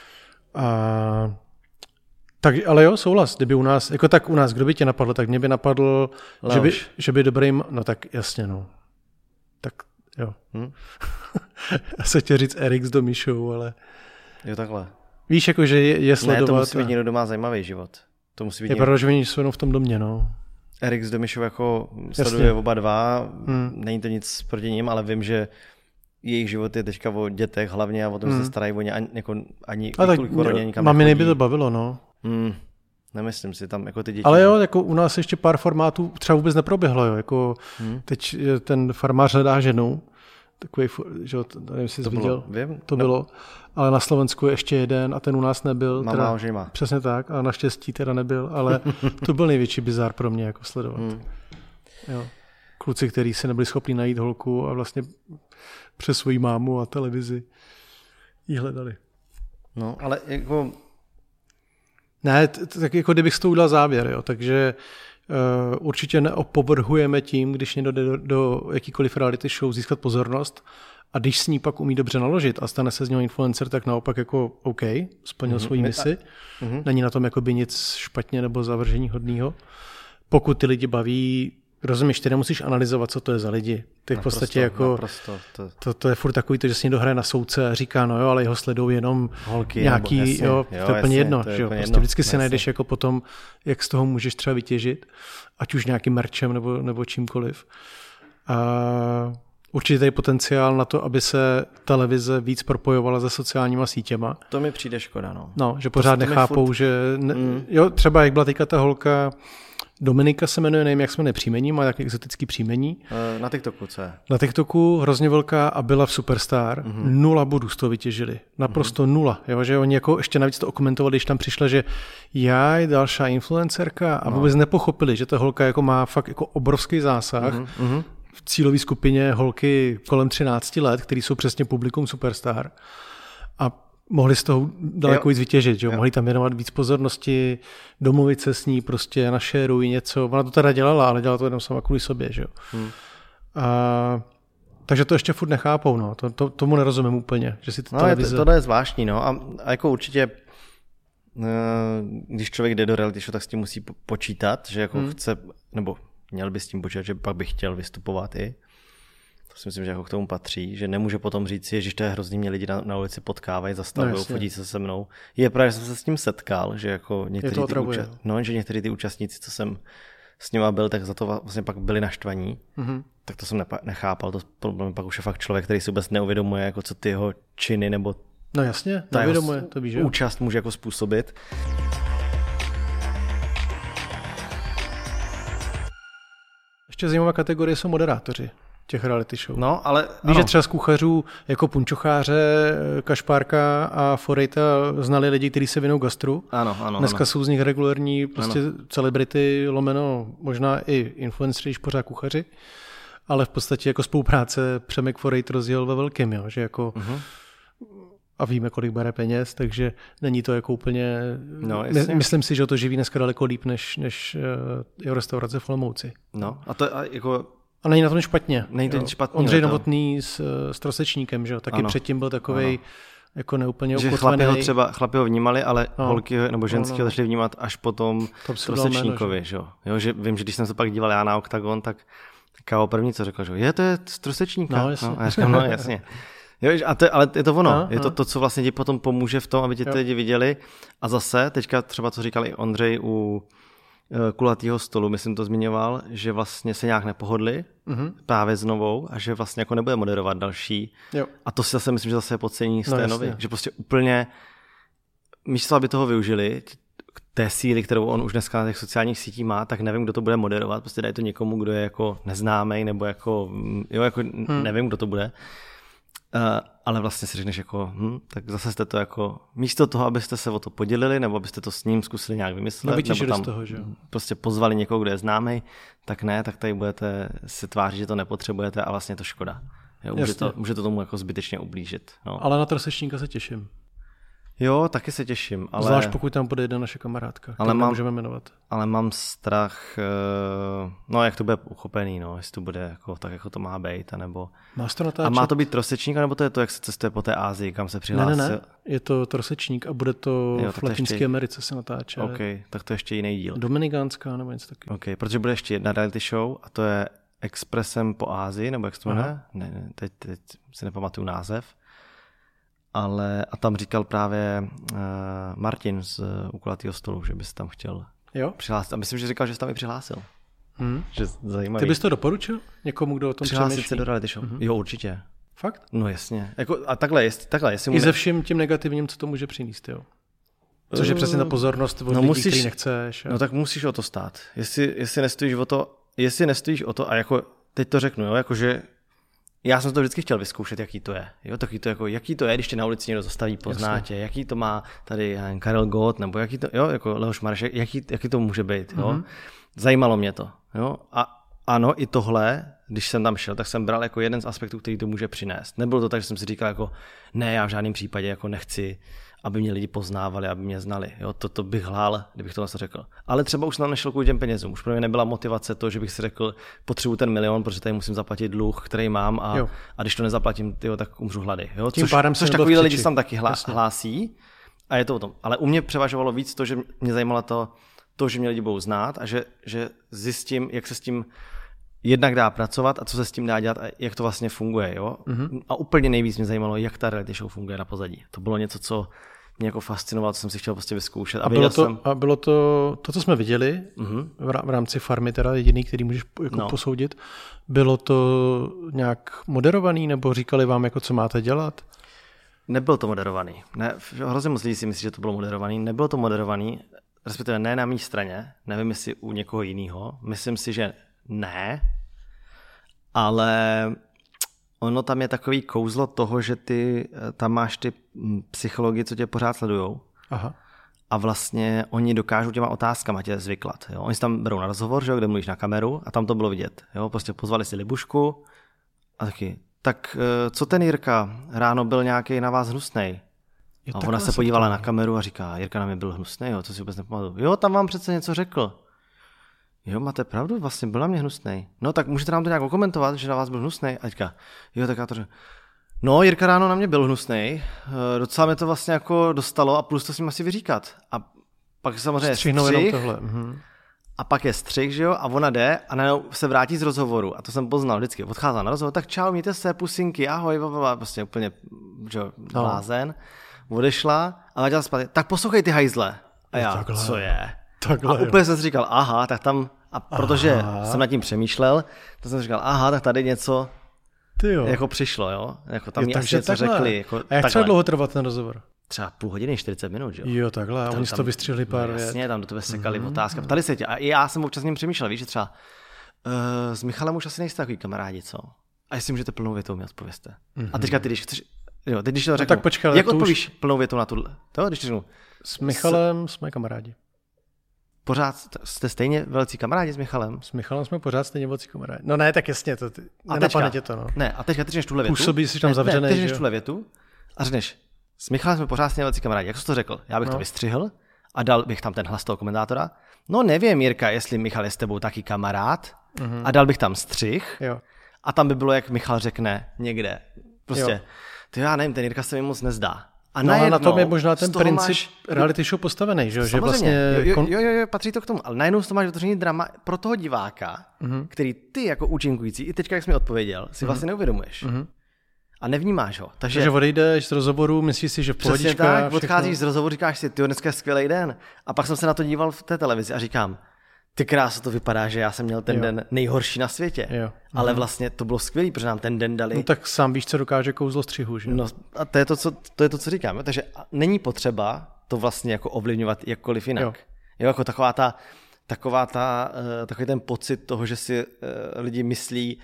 A... Tak, ale jo, souhlas, kdyby u nás, jako tak u nás, kdo by tě napadl, tak mě by napadl, že by, že by dobrým, no tak jasně, no. Tak jo. Hmm? Já se chtěl říct Erik z Domi Show, ale...
Jo, takhle.
Víš, jako, že je, je sledovat...
Ne, to musí být někdo, kdo má zajímavý život. To musí být
je pravda, že oni jsou jenom v tom domě, no.
Erik z Domi Show jako sleduje Jasně. oba dva, hmm. není to nic proti ním, ale vím, že jejich život je teďka o dětech hlavně a o tom hmm. se starají oni ani, jako, ani
a tak maminy by to bavilo, no.
Hmm. Nemyslím si, tam jako ty děti...
Ale jo, jako u nás ještě pár formátů třeba vůbec neproběhlo, jo, jako hmm. teď ten farmář hledá ženu, takový, že jo, nevím, jestli jsi viděl,
vím,
to no. bylo, ale na Slovensku je ještě jeden a ten u nás nebyl.
Mama teda, ožima.
Přesně tak, a naštěstí teda nebyl, ale to byl největší bizár pro mě, jako sledovat. Hmm. Jo. Kluci, kteří se nebyli schopni najít holku a vlastně přes svoji mámu a televizi jí hledali.
No, ale jako...
Ne, tak jako kdybych s tou udělal závěr, jo, takže uh, určitě neopovrhujeme tím, když někdo jde do, do jakýkoliv reality show získat pozornost a když s ní pak umí dobře naložit a stane se z něho influencer, tak naopak jako OK, splnil mm-hmm. svoji misi, mm-hmm. není na tom jakoby nic špatně nebo zavržení hodného. Pokud ty lidi baví, rozumíš, ty nemusíš analyzovat, co to je za lidi. Ty v podstatě jako,
naprosto, to...
To, to je furt takový to, že si někdo hraje na soudce a říká, no jo, ale jeho sledují jenom holky, nějaký, jasně, jo, jo, to je úplně jedno, to je že jo, prostě jedno, vždycky si jasně. najdeš jako potom, jak z toho můžeš třeba vytěžit, ať už nějakým merčem nebo, nebo čímkoliv. A určitě je potenciál na to, aby se televize víc propojovala se sociálníma sítěma.
To mi přijde škoda, no.
No, že pořád to nechápou, furt... že, ne, mm. jo, třeba jak byla teďka ta holka, Dominika se jmenuje, nevím, jak se jmenuje příjmení, má nějaký exotický příjmení.
Na TikToku, co je?
Na TikToku hrozně velká a byla v Superstar. Mm-hmm. Nula bodů z toho vytěžili. Naprosto mm-hmm. nula. Jo, že oni jako ještě navíc to okomentovali, když tam přišla, že já je další influencerka a no. vůbec nepochopili, že ta holka jako má fakt jako obrovský zásah mm-hmm. v cílové skupině holky kolem třinácti let, který jsou přesně publikum Superstar. A mohli z toho daleko víc vytěžit, že jo? Mohli tam věnovat víc pozornosti, domluvit se s ní, prostě našeruj něco. Ona to teda dělala, ale dělala to jenom sama kvůli sobě, že jo? Hmm. A Takže to ještě furt nechápou, no. To, to, tomu nerozumím úplně, že si to
no,
televize...
To, to je zvláštní, no. A, a jako určitě, když člověk jde do reality show, tak s tím musí počítat, že jako hmm. chce, nebo měl by s tím počítat, že pak by chtěl vystupovat i. To si myslím, že jako k tomu patří, že nemůže potom říct si, ježiš, to je hrozný, mě lidi na, na ulici potkávají, zastavují, no, fotí se se mnou. Je právě, že jsem se s tím setkal, že jako někteří, ty, účast... no, že někteří ty účastníci, co jsem s nima byl, tak za to vlastně pak byli naštvaní. Mm-hmm. Tak to jsem nepa- nechápal. To problém pak už je fakt člověk, který si vůbec neuvědomuje, jako co ty jeho činy nebo
no jasně, neuvědomuje, to víš, že?
Účast může jako způsobit.
Ještě zajímavá kategorie jsou moderátoři těch reality show.
No, ale
víš, že třeba z kuchařů jako Punčocháře, Kašpárka a Forejta znali lidi, kteří se věnují gastru.
Ano, ano.
Dneska
ano.
jsou z nich regulérní prostě ano. celebrity, lomeno, možná i influenceři, pořád kuchaři, ale v podstatě jako spolupráce Přemek Forejt rozjel ve velkém, jo, že jako uh-huh. a víme, kolik bere peněz, takže není to jako úplně...
No,
my, myslím si, že to živí dneska daleko líp, než, než jeho restaurace v Olomouci.
No, a to a jako...
A není na tom špatně.
Není to špatně.
Ondřej Novotný s, s Trosečníkem, že jo? Taky ano. Předtím byl takovej ano. jako neúplně
ukotvený. Že chlapi ho třeba chlapi ho vnímali, ale no. holky nebo ženský no, no. ho začali vnímat až potom Trosečníkovi, že jo? Jo, že vím, že když jsem se pak díval já na Oktagon, tak Káo první, co řekl, že je, to je z Trosečníka.
No, jasně.
No, a já říkám, no jasně. Jo, a to, ale je to ono, no, je to to, co vlastně ti potom pomůže v tom, aby ti ty lidi viděli. A zase, teďka třeba, co říkal i Ondřej u kulatýho stolu, myslím to zmiňoval, že vlastně se nějak nepohodli mm-hmm. právě s Novou a že vlastně jako nebude moderovat další. Jo. A to si zase myslím, že zase je podcení z té no, Novy. Že prostě úplně místo, aby toho využili, té síly, kterou on už dneska na těch sociálních sítích má, tak nevím, kdo to bude moderovat. Prostě dají to někomu, kdo je jako neznámej, nebo jako, jo, jako hmm. nevím, kdo to bude. Uh, ale vlastně si řekneš jako, hm, tak zase jste to jako, místo toho, abyste se o to podělili, nebo abyste to s ním zkusili nějak vymyslet,
no,
nebo tam
z toho, že?
prostě pozvali někoho, kdo je známej, tak ne, tak tady budete si tvářit, že to nepotřebujete a vlastně je to škoda. Jo, může, to, může to tomu jako zbytečně ublížit. No.
Ale na Trosečníka se těším.
Jo, taky se těším. Ale...
Zvlášť pokud tam bude jedna naše kamarádka,
ale mám,
můžeme jmenovat.
Ale mám strach, no jak to bude uchopený, no, jestli to bude jako, tak, jako to má být, anebo...
Máš to natáčet?
A má to být Trosečník, nebo to je to, jak se cestuje po té Asii, kam se přihlásil?
Ne, ne, ne, je to Trosečník a bude to jo, v Latinské ještě... Americe se natáče.
OK, tak to je ještě jiný díl.
Dominikánská nebo něco taky.
OK, protože bude ještě jedna reality show a to je Expressem po Asii, nebo jak se to jmenuje? Ne, ne, teď, teď si nepamatuju název. Ale a tam říkal právě uh, Martin z uh, u kulatýho stolu, že bys tam chtěl
jo?
přihlásit. A myslím, že říkal, že jsi tam i přihlásil.
Hmm.
Že zajímavý.
Ty bys to doporučil někomu, kdo o tom
přihlásit
přemýšlí?
se do reality show? Mm-hmm. Jo, určitě.
Fakt?
No jasně. Jako, a takhle, jest, takhle jestli mu
I
ne...
ze vším tím negativním, co to může přinést, jo? Což je přesně ta pozornost od
no,
lidí,
musíš,
který nechceš. A...
No tak musíš o to stát. Jestli, jestli nestojíš o to, jestli nestojíš o to, a jako teď to řeknu, jo, jakože já jsem to vždycky chtěl vyzkoušet, jaký to je. Jo, taky to jako, jaký to je, když tě na ulici někdo zastaví, pozná tě, jaký to má tady Karel Gott, nebo jaký to, jo, jako Leoš Mareš, jaký, jaký to může být, jo. Mm-hmm. Zajímalo mě to, jo. A ano, i tohle, když jsem tam šel, tak jsem bral jako jeden z aspektů, který to může přinést. Nebylo to tak, že jsem si říkal jako, ne, já v žádném případě jako nechci, aby mě lidi poznávali, aby mě znali. Jo, to, to bych hlál, kdybych to řekl. Ale třeba už jsem tam nešel kvůli těm penězům. Už pro mě nebyla motivace to, že bych si řekl, potřebuji ten milion, protože tady musím zaplatit dluh, který mám a, a když to nezaplatím, tyjo, tak umřu hlady. Jo,
tím
což,
pádem
což takový lidi se tam taky hlá, hlásí a je to o tom. Ale u mě převažovalo víc to, že mě zajímalo to, to že mě lidi budou znát a že, že zjistím, jak se s tím jednak dá pracovat a co se s tím dá dělat a jak to vlastně funguje. Jo? Mm-hmm. A úplně nejvíc mě zajímalo, jak ta reality show funguje na pozadí. To bylo něco, co mě jako fascinovalo, co jsem si chtěl prostě vyzkoušet. A, a, bylo, to, jsem...
a bylo to, to, co jsme viděli mm-hmm. v rámci Farmy, teda jediný, který můžeš jako no. posoudit, bylo to nějak moderovaný, nebo říkali vám, jako co máte dělat?
Nebylo to moderovaný. Ne, hrozně moc lidí si myslí, že to bylo moderovaný. Nebylo to moderovaný, respektive ne na mé straně, nevím, jestli u někoho jiného. Myslím si, že ne, ale ono tam je takový kouzlo toho, že ty tam máš ty psychologi, co tě pořád sledujou. Aha. A vlastně oni dokážou těma otázkama tě zvyklat. Jo? Oni si tam berou na rozhovor, že jo, kde mluvíš na kameru a tam to bylo vidět. Jo? Prostě pozvali si Libušku a taky, tak co ten Jirka, ráno byl nějaký na vás hnusnej. Jo, a ona se podívala na kameru a říká, Jirka na mě byl hnusnej, jo, co si vůbec nepamatuju. Jo, tam vám přece něco řekl. jo, máte pravdu, vlastně byl na mě hnusnej. No tak můžete nám to nějak okomentovat, že na vás byl hnusnej? A teďka, jo, tak já to řeknu. No, Jirka ráno na mě byl hnusnej, docela mě to vlastně jako dostalo a plus to s ním asi vyříkat. A pak samozřejmě střih,
tohle. Mhm.
A pak je střih, že jo, a ona jde a najednou se vrátí z rozhovoru. A to jsem poznal vždycky. Odcházela na rozhovor, tak čau, mějte se, pusinky, ahoj, blablabla, prostě úplně, že jo, blázen. No. Odešla a vrátila zpátky, tak poslouchej ty hajzle. A já, takhle. Co je?
Takhle,
a úplně jo. jsem si říkal, aha, tak tam, a protože aha. jsem nad tím přemýšlel, tak jsem si říkal, aha, tak tady něco jako přišlo, jo. Jako tam jo, asi něco takhle. Řekli. Jako,
a jak třeba dlouho trval ten rozhovor?
Třeba půl hodiny, čtyřicet minut, jo.
Jo, takhle, a oni si to vystřihli pár věc.
Jasně, tam do tebe sekali mm-hmm. otázka. Ptali se tě, a i já jsem občas s ním přemýšlel, víš, že třeba uh, s Michalem už asi nejste takový kamarádi, co? A jestli můžete plnou větou mi odpověste. Mm-hmm. A teďka ty, když chceš, jo, teď když to řeknu, no, tak počkej, jak odpovíš už... plnou větou na tuhle? To, když řeknu,
s Michalem s... jsme kamarádi.
Pořád jste stejně velcí kamarádi s Michalem?
S Michalem jsme pořád stejně velcí kamarádi. No ne, tak jasně, to ty, nenapadne tě to, no.
Ne, a teďka ty řekneš tuhle větu.
Působí si tam zavřený,
ne, ty řekneš tuhle větu a řekneš, s Michalem jsme pořád stejně velcí kamarádi. Jak jsi to řekl? Já bych no. to vystřihl a dal bych tam ten hlas toho komentátora. No nevím, Jirka, jestli Michal je s tebou taky kamarád mm-hmm. a dal bych tam střih
jo.
a tam by bylo, jak Michal řekne někde. Prostě, ty já nevím, ten Jirka se mi moc nezdá. A
no a na tom je možná ten princip máš... reality show postavený, že, že vlastně...
Jo, jo, jo, jo, patří to k tomu, ale najednou to máš vytvořený drama pro toho diváka, mm-hmm. který ty jako účinkující, i teďka, jak jsi mi odpověděl, si mm-hmm. vlastně neuvědomuješ. Mm-hmm. A nevnímáš ho. Takže,
Takže odejdeš z rozhovoru, myslíš si, že v pohodička...
Přesně tak, odcházíš z rozhovoru, říkáš si, ty dneska je skvělý den. A pak jsem se na to díval v té televizi a říkám, ty kráso, to vypadá, že já jsem měl ten jo. den nejhorší na světě. Jo. Ale vlastně to bylo skvělý, protože nám ten den dali.
No tak sám víš, co dokáže kouzlo střihu, že?
No a to je to, co, to, je to, co říkám. Takže není potřeba to vlastně jako ovlivňovat jakkoliv jinak. Jo. Jo, jako taková ta, taková ta, uh, takový ten pocit toho, že si uh, lidi myslí,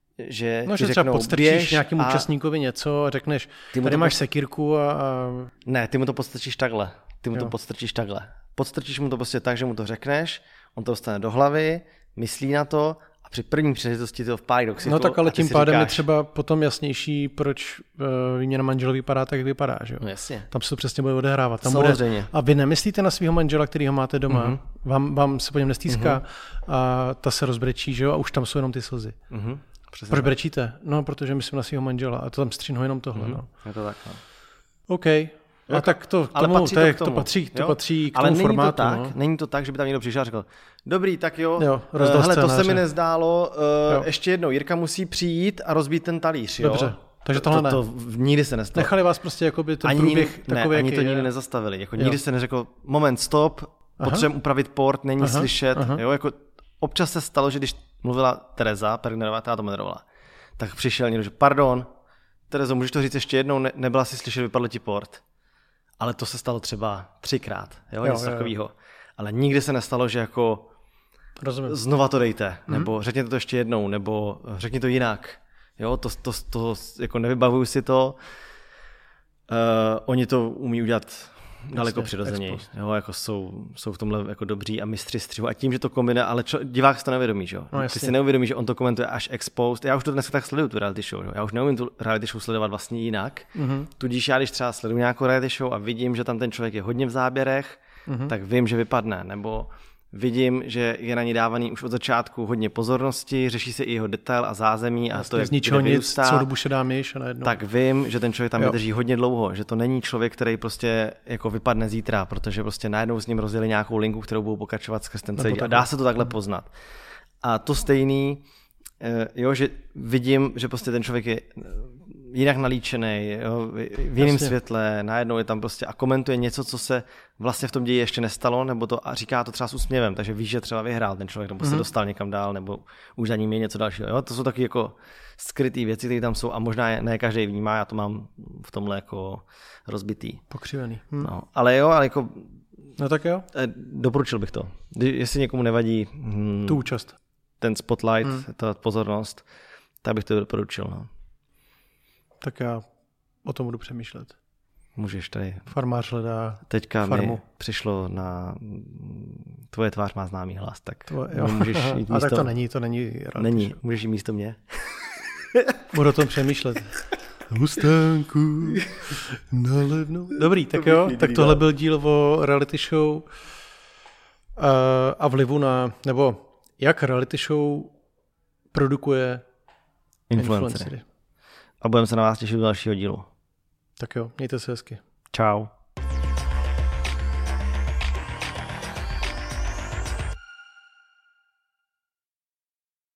že
no,
ti
že třeba podstrčíš nějakému a... účastníkovi něco a řekneš, ty tady máš pod... sekírku a, a...
Ne, ty mu to podstrčíš takhle. Ty mu jo. to podstrčíš takhle. Podstrčíš mu to prostě tak, že mu to řekneš, on to dostane do hlavy, myslí na to a při první příležitosti to vpálí do ksichtu.
No tak ale tím pádem říkáš... je třeba potom jasnější, proč uh, výměna manželů vypadá tak, jak vypadá. Že jo?
No jasně.
Tam se to přesně bude odehrávat. Tam
samozřejmě.
Bude... A vy nemyslíte na svého manžela, kterýho máte doma, mm-hmm. vám, vám se po něm nestýská mm-hmm. a ta se rozbrečí, že jo? A už tam jsou jenom ty slzy. Mm-hmm. Přesně proč tak. Brečíte? No, protože myslím na svého manžela a to tam stříhnu jenom tohle. Mm-hmm. No.
Je to tak, no.
OK. A tak to, k tomu, patří to, k tomu. to patří, to patří k tomu
ale není
formátu.
To tak,
no.
Není to tak, že by tam někdo přišel a řekl, dobrý, tak jo,
jo
uh, hele, to se mi nezdálo, uh, ještě jednou, Jirka musí přijít a rozbít ten talíř, jo?
Dobře, takže tohle ne.
To, to, to nikdy se nestalo.
Nechali vás prostě jakoby ten
ani
průběh
ne,
takový,
ani to nikdy
je.
nezastavili, jako nikdy se neřekl, moment, stop, potřebujeme upravit port, není aha, slyšet, aha. Jo, jako občas se stalo, že když mluvila Tereza Pergnerová, ta to moderovala, tak přišel někdo, že pardon, Terezo, můžeš to říct ještě jednou, ne, nebyla si slyšet, vypadl ti port. Ale to se stalo třeba třikrát, jo, jo něco jo, takového. Jo. Ale nikdy se nestalo, že jako rozumím. Znova to dejte, mm-hmm. nebo řekněte to ještě jednou, nebo řekni to jinak. Jo, to, to, to jako nevybavuju si to. Uh, oni to umí udělat daleko přirozeněji. Jo, jako jsou, jsou v tomhle jako dobří a mistři střihu. A tím, že to kombinuje, ale čo, divák si to neuvědomí, že jo. No, ty si neuvědomí, že on to komentuje až exposed. Já už to dneska tak sleduju, tu reality show. Jo? Já už neumím tu reality show sledovat vlastně jinak. Mm-hmm. Tudíž já, když třeba sleduju nějakou reality show a vidím, že tam ten člověk je hodně v záběrech, mm-hmm. tak vím, že vypadne. Nebo vidím, že je na ní dávaný už od začátku hodně pozornosti, řeší se i jeho detail a zázemí a vlastně to, jak
z ničeho nic, co dobu šedá myš a najednou.
Tak vím, že ten člověk tam vydrží hodně dlouho, že to není člověk, který prostě jako vypadne zítra, protože prostě najednou s ním rozdělí nějakou linku, kterou budou pokračovat skrz ten celý a dá se to takhle hmm. poznat. A to stejný, jo, že vidím, že prostě ten člověk je jinak nalíčený, jo, v jiném světle, najednou je tam prostě a komentuje něco, co se vlastně v tom ději ještě nestalo, nebo to a říká to třeba s úsměvem, takže víš, že třeba vyhrál ten člověk, nebo mm-hmm. se dostal někam dál, nebo už za ním je něco dalšího. Jo? To jsou taky jako skrytý věci, které tam jsou a možná ne každý vnímá, já to mám v tomhle jako rozbitý.
Pokřivený. Hm.
No, ale jo, ale jako
no tak jo.
Doporučil bych to. Jestli někomu nevadí hm,
tu účast,
ten spotlight, hm. ta pozornost, tak bych to doporučil. No.
Tak já o tom budu přemýšlet.
Můžeš tady.
Farmář hledá
teďka
farmu.
Mi přišlo na tvoje tvář má známý hlas, tak
Tvoje, jo.
můžeš jít místo...
A tak to není, to není.
Není, můžeš jít místo mě.
Budu o tom přemýšlet. Hustánku na levnou. Dobrý, tak jo, tak tohle byl díl o reality show a vlivu na, nebo jak reality show produkuje
influencery.
influencery.
A budeme se na vás těšit do dalšího dílu.
Tak jo, mějte se hezky.
Čau.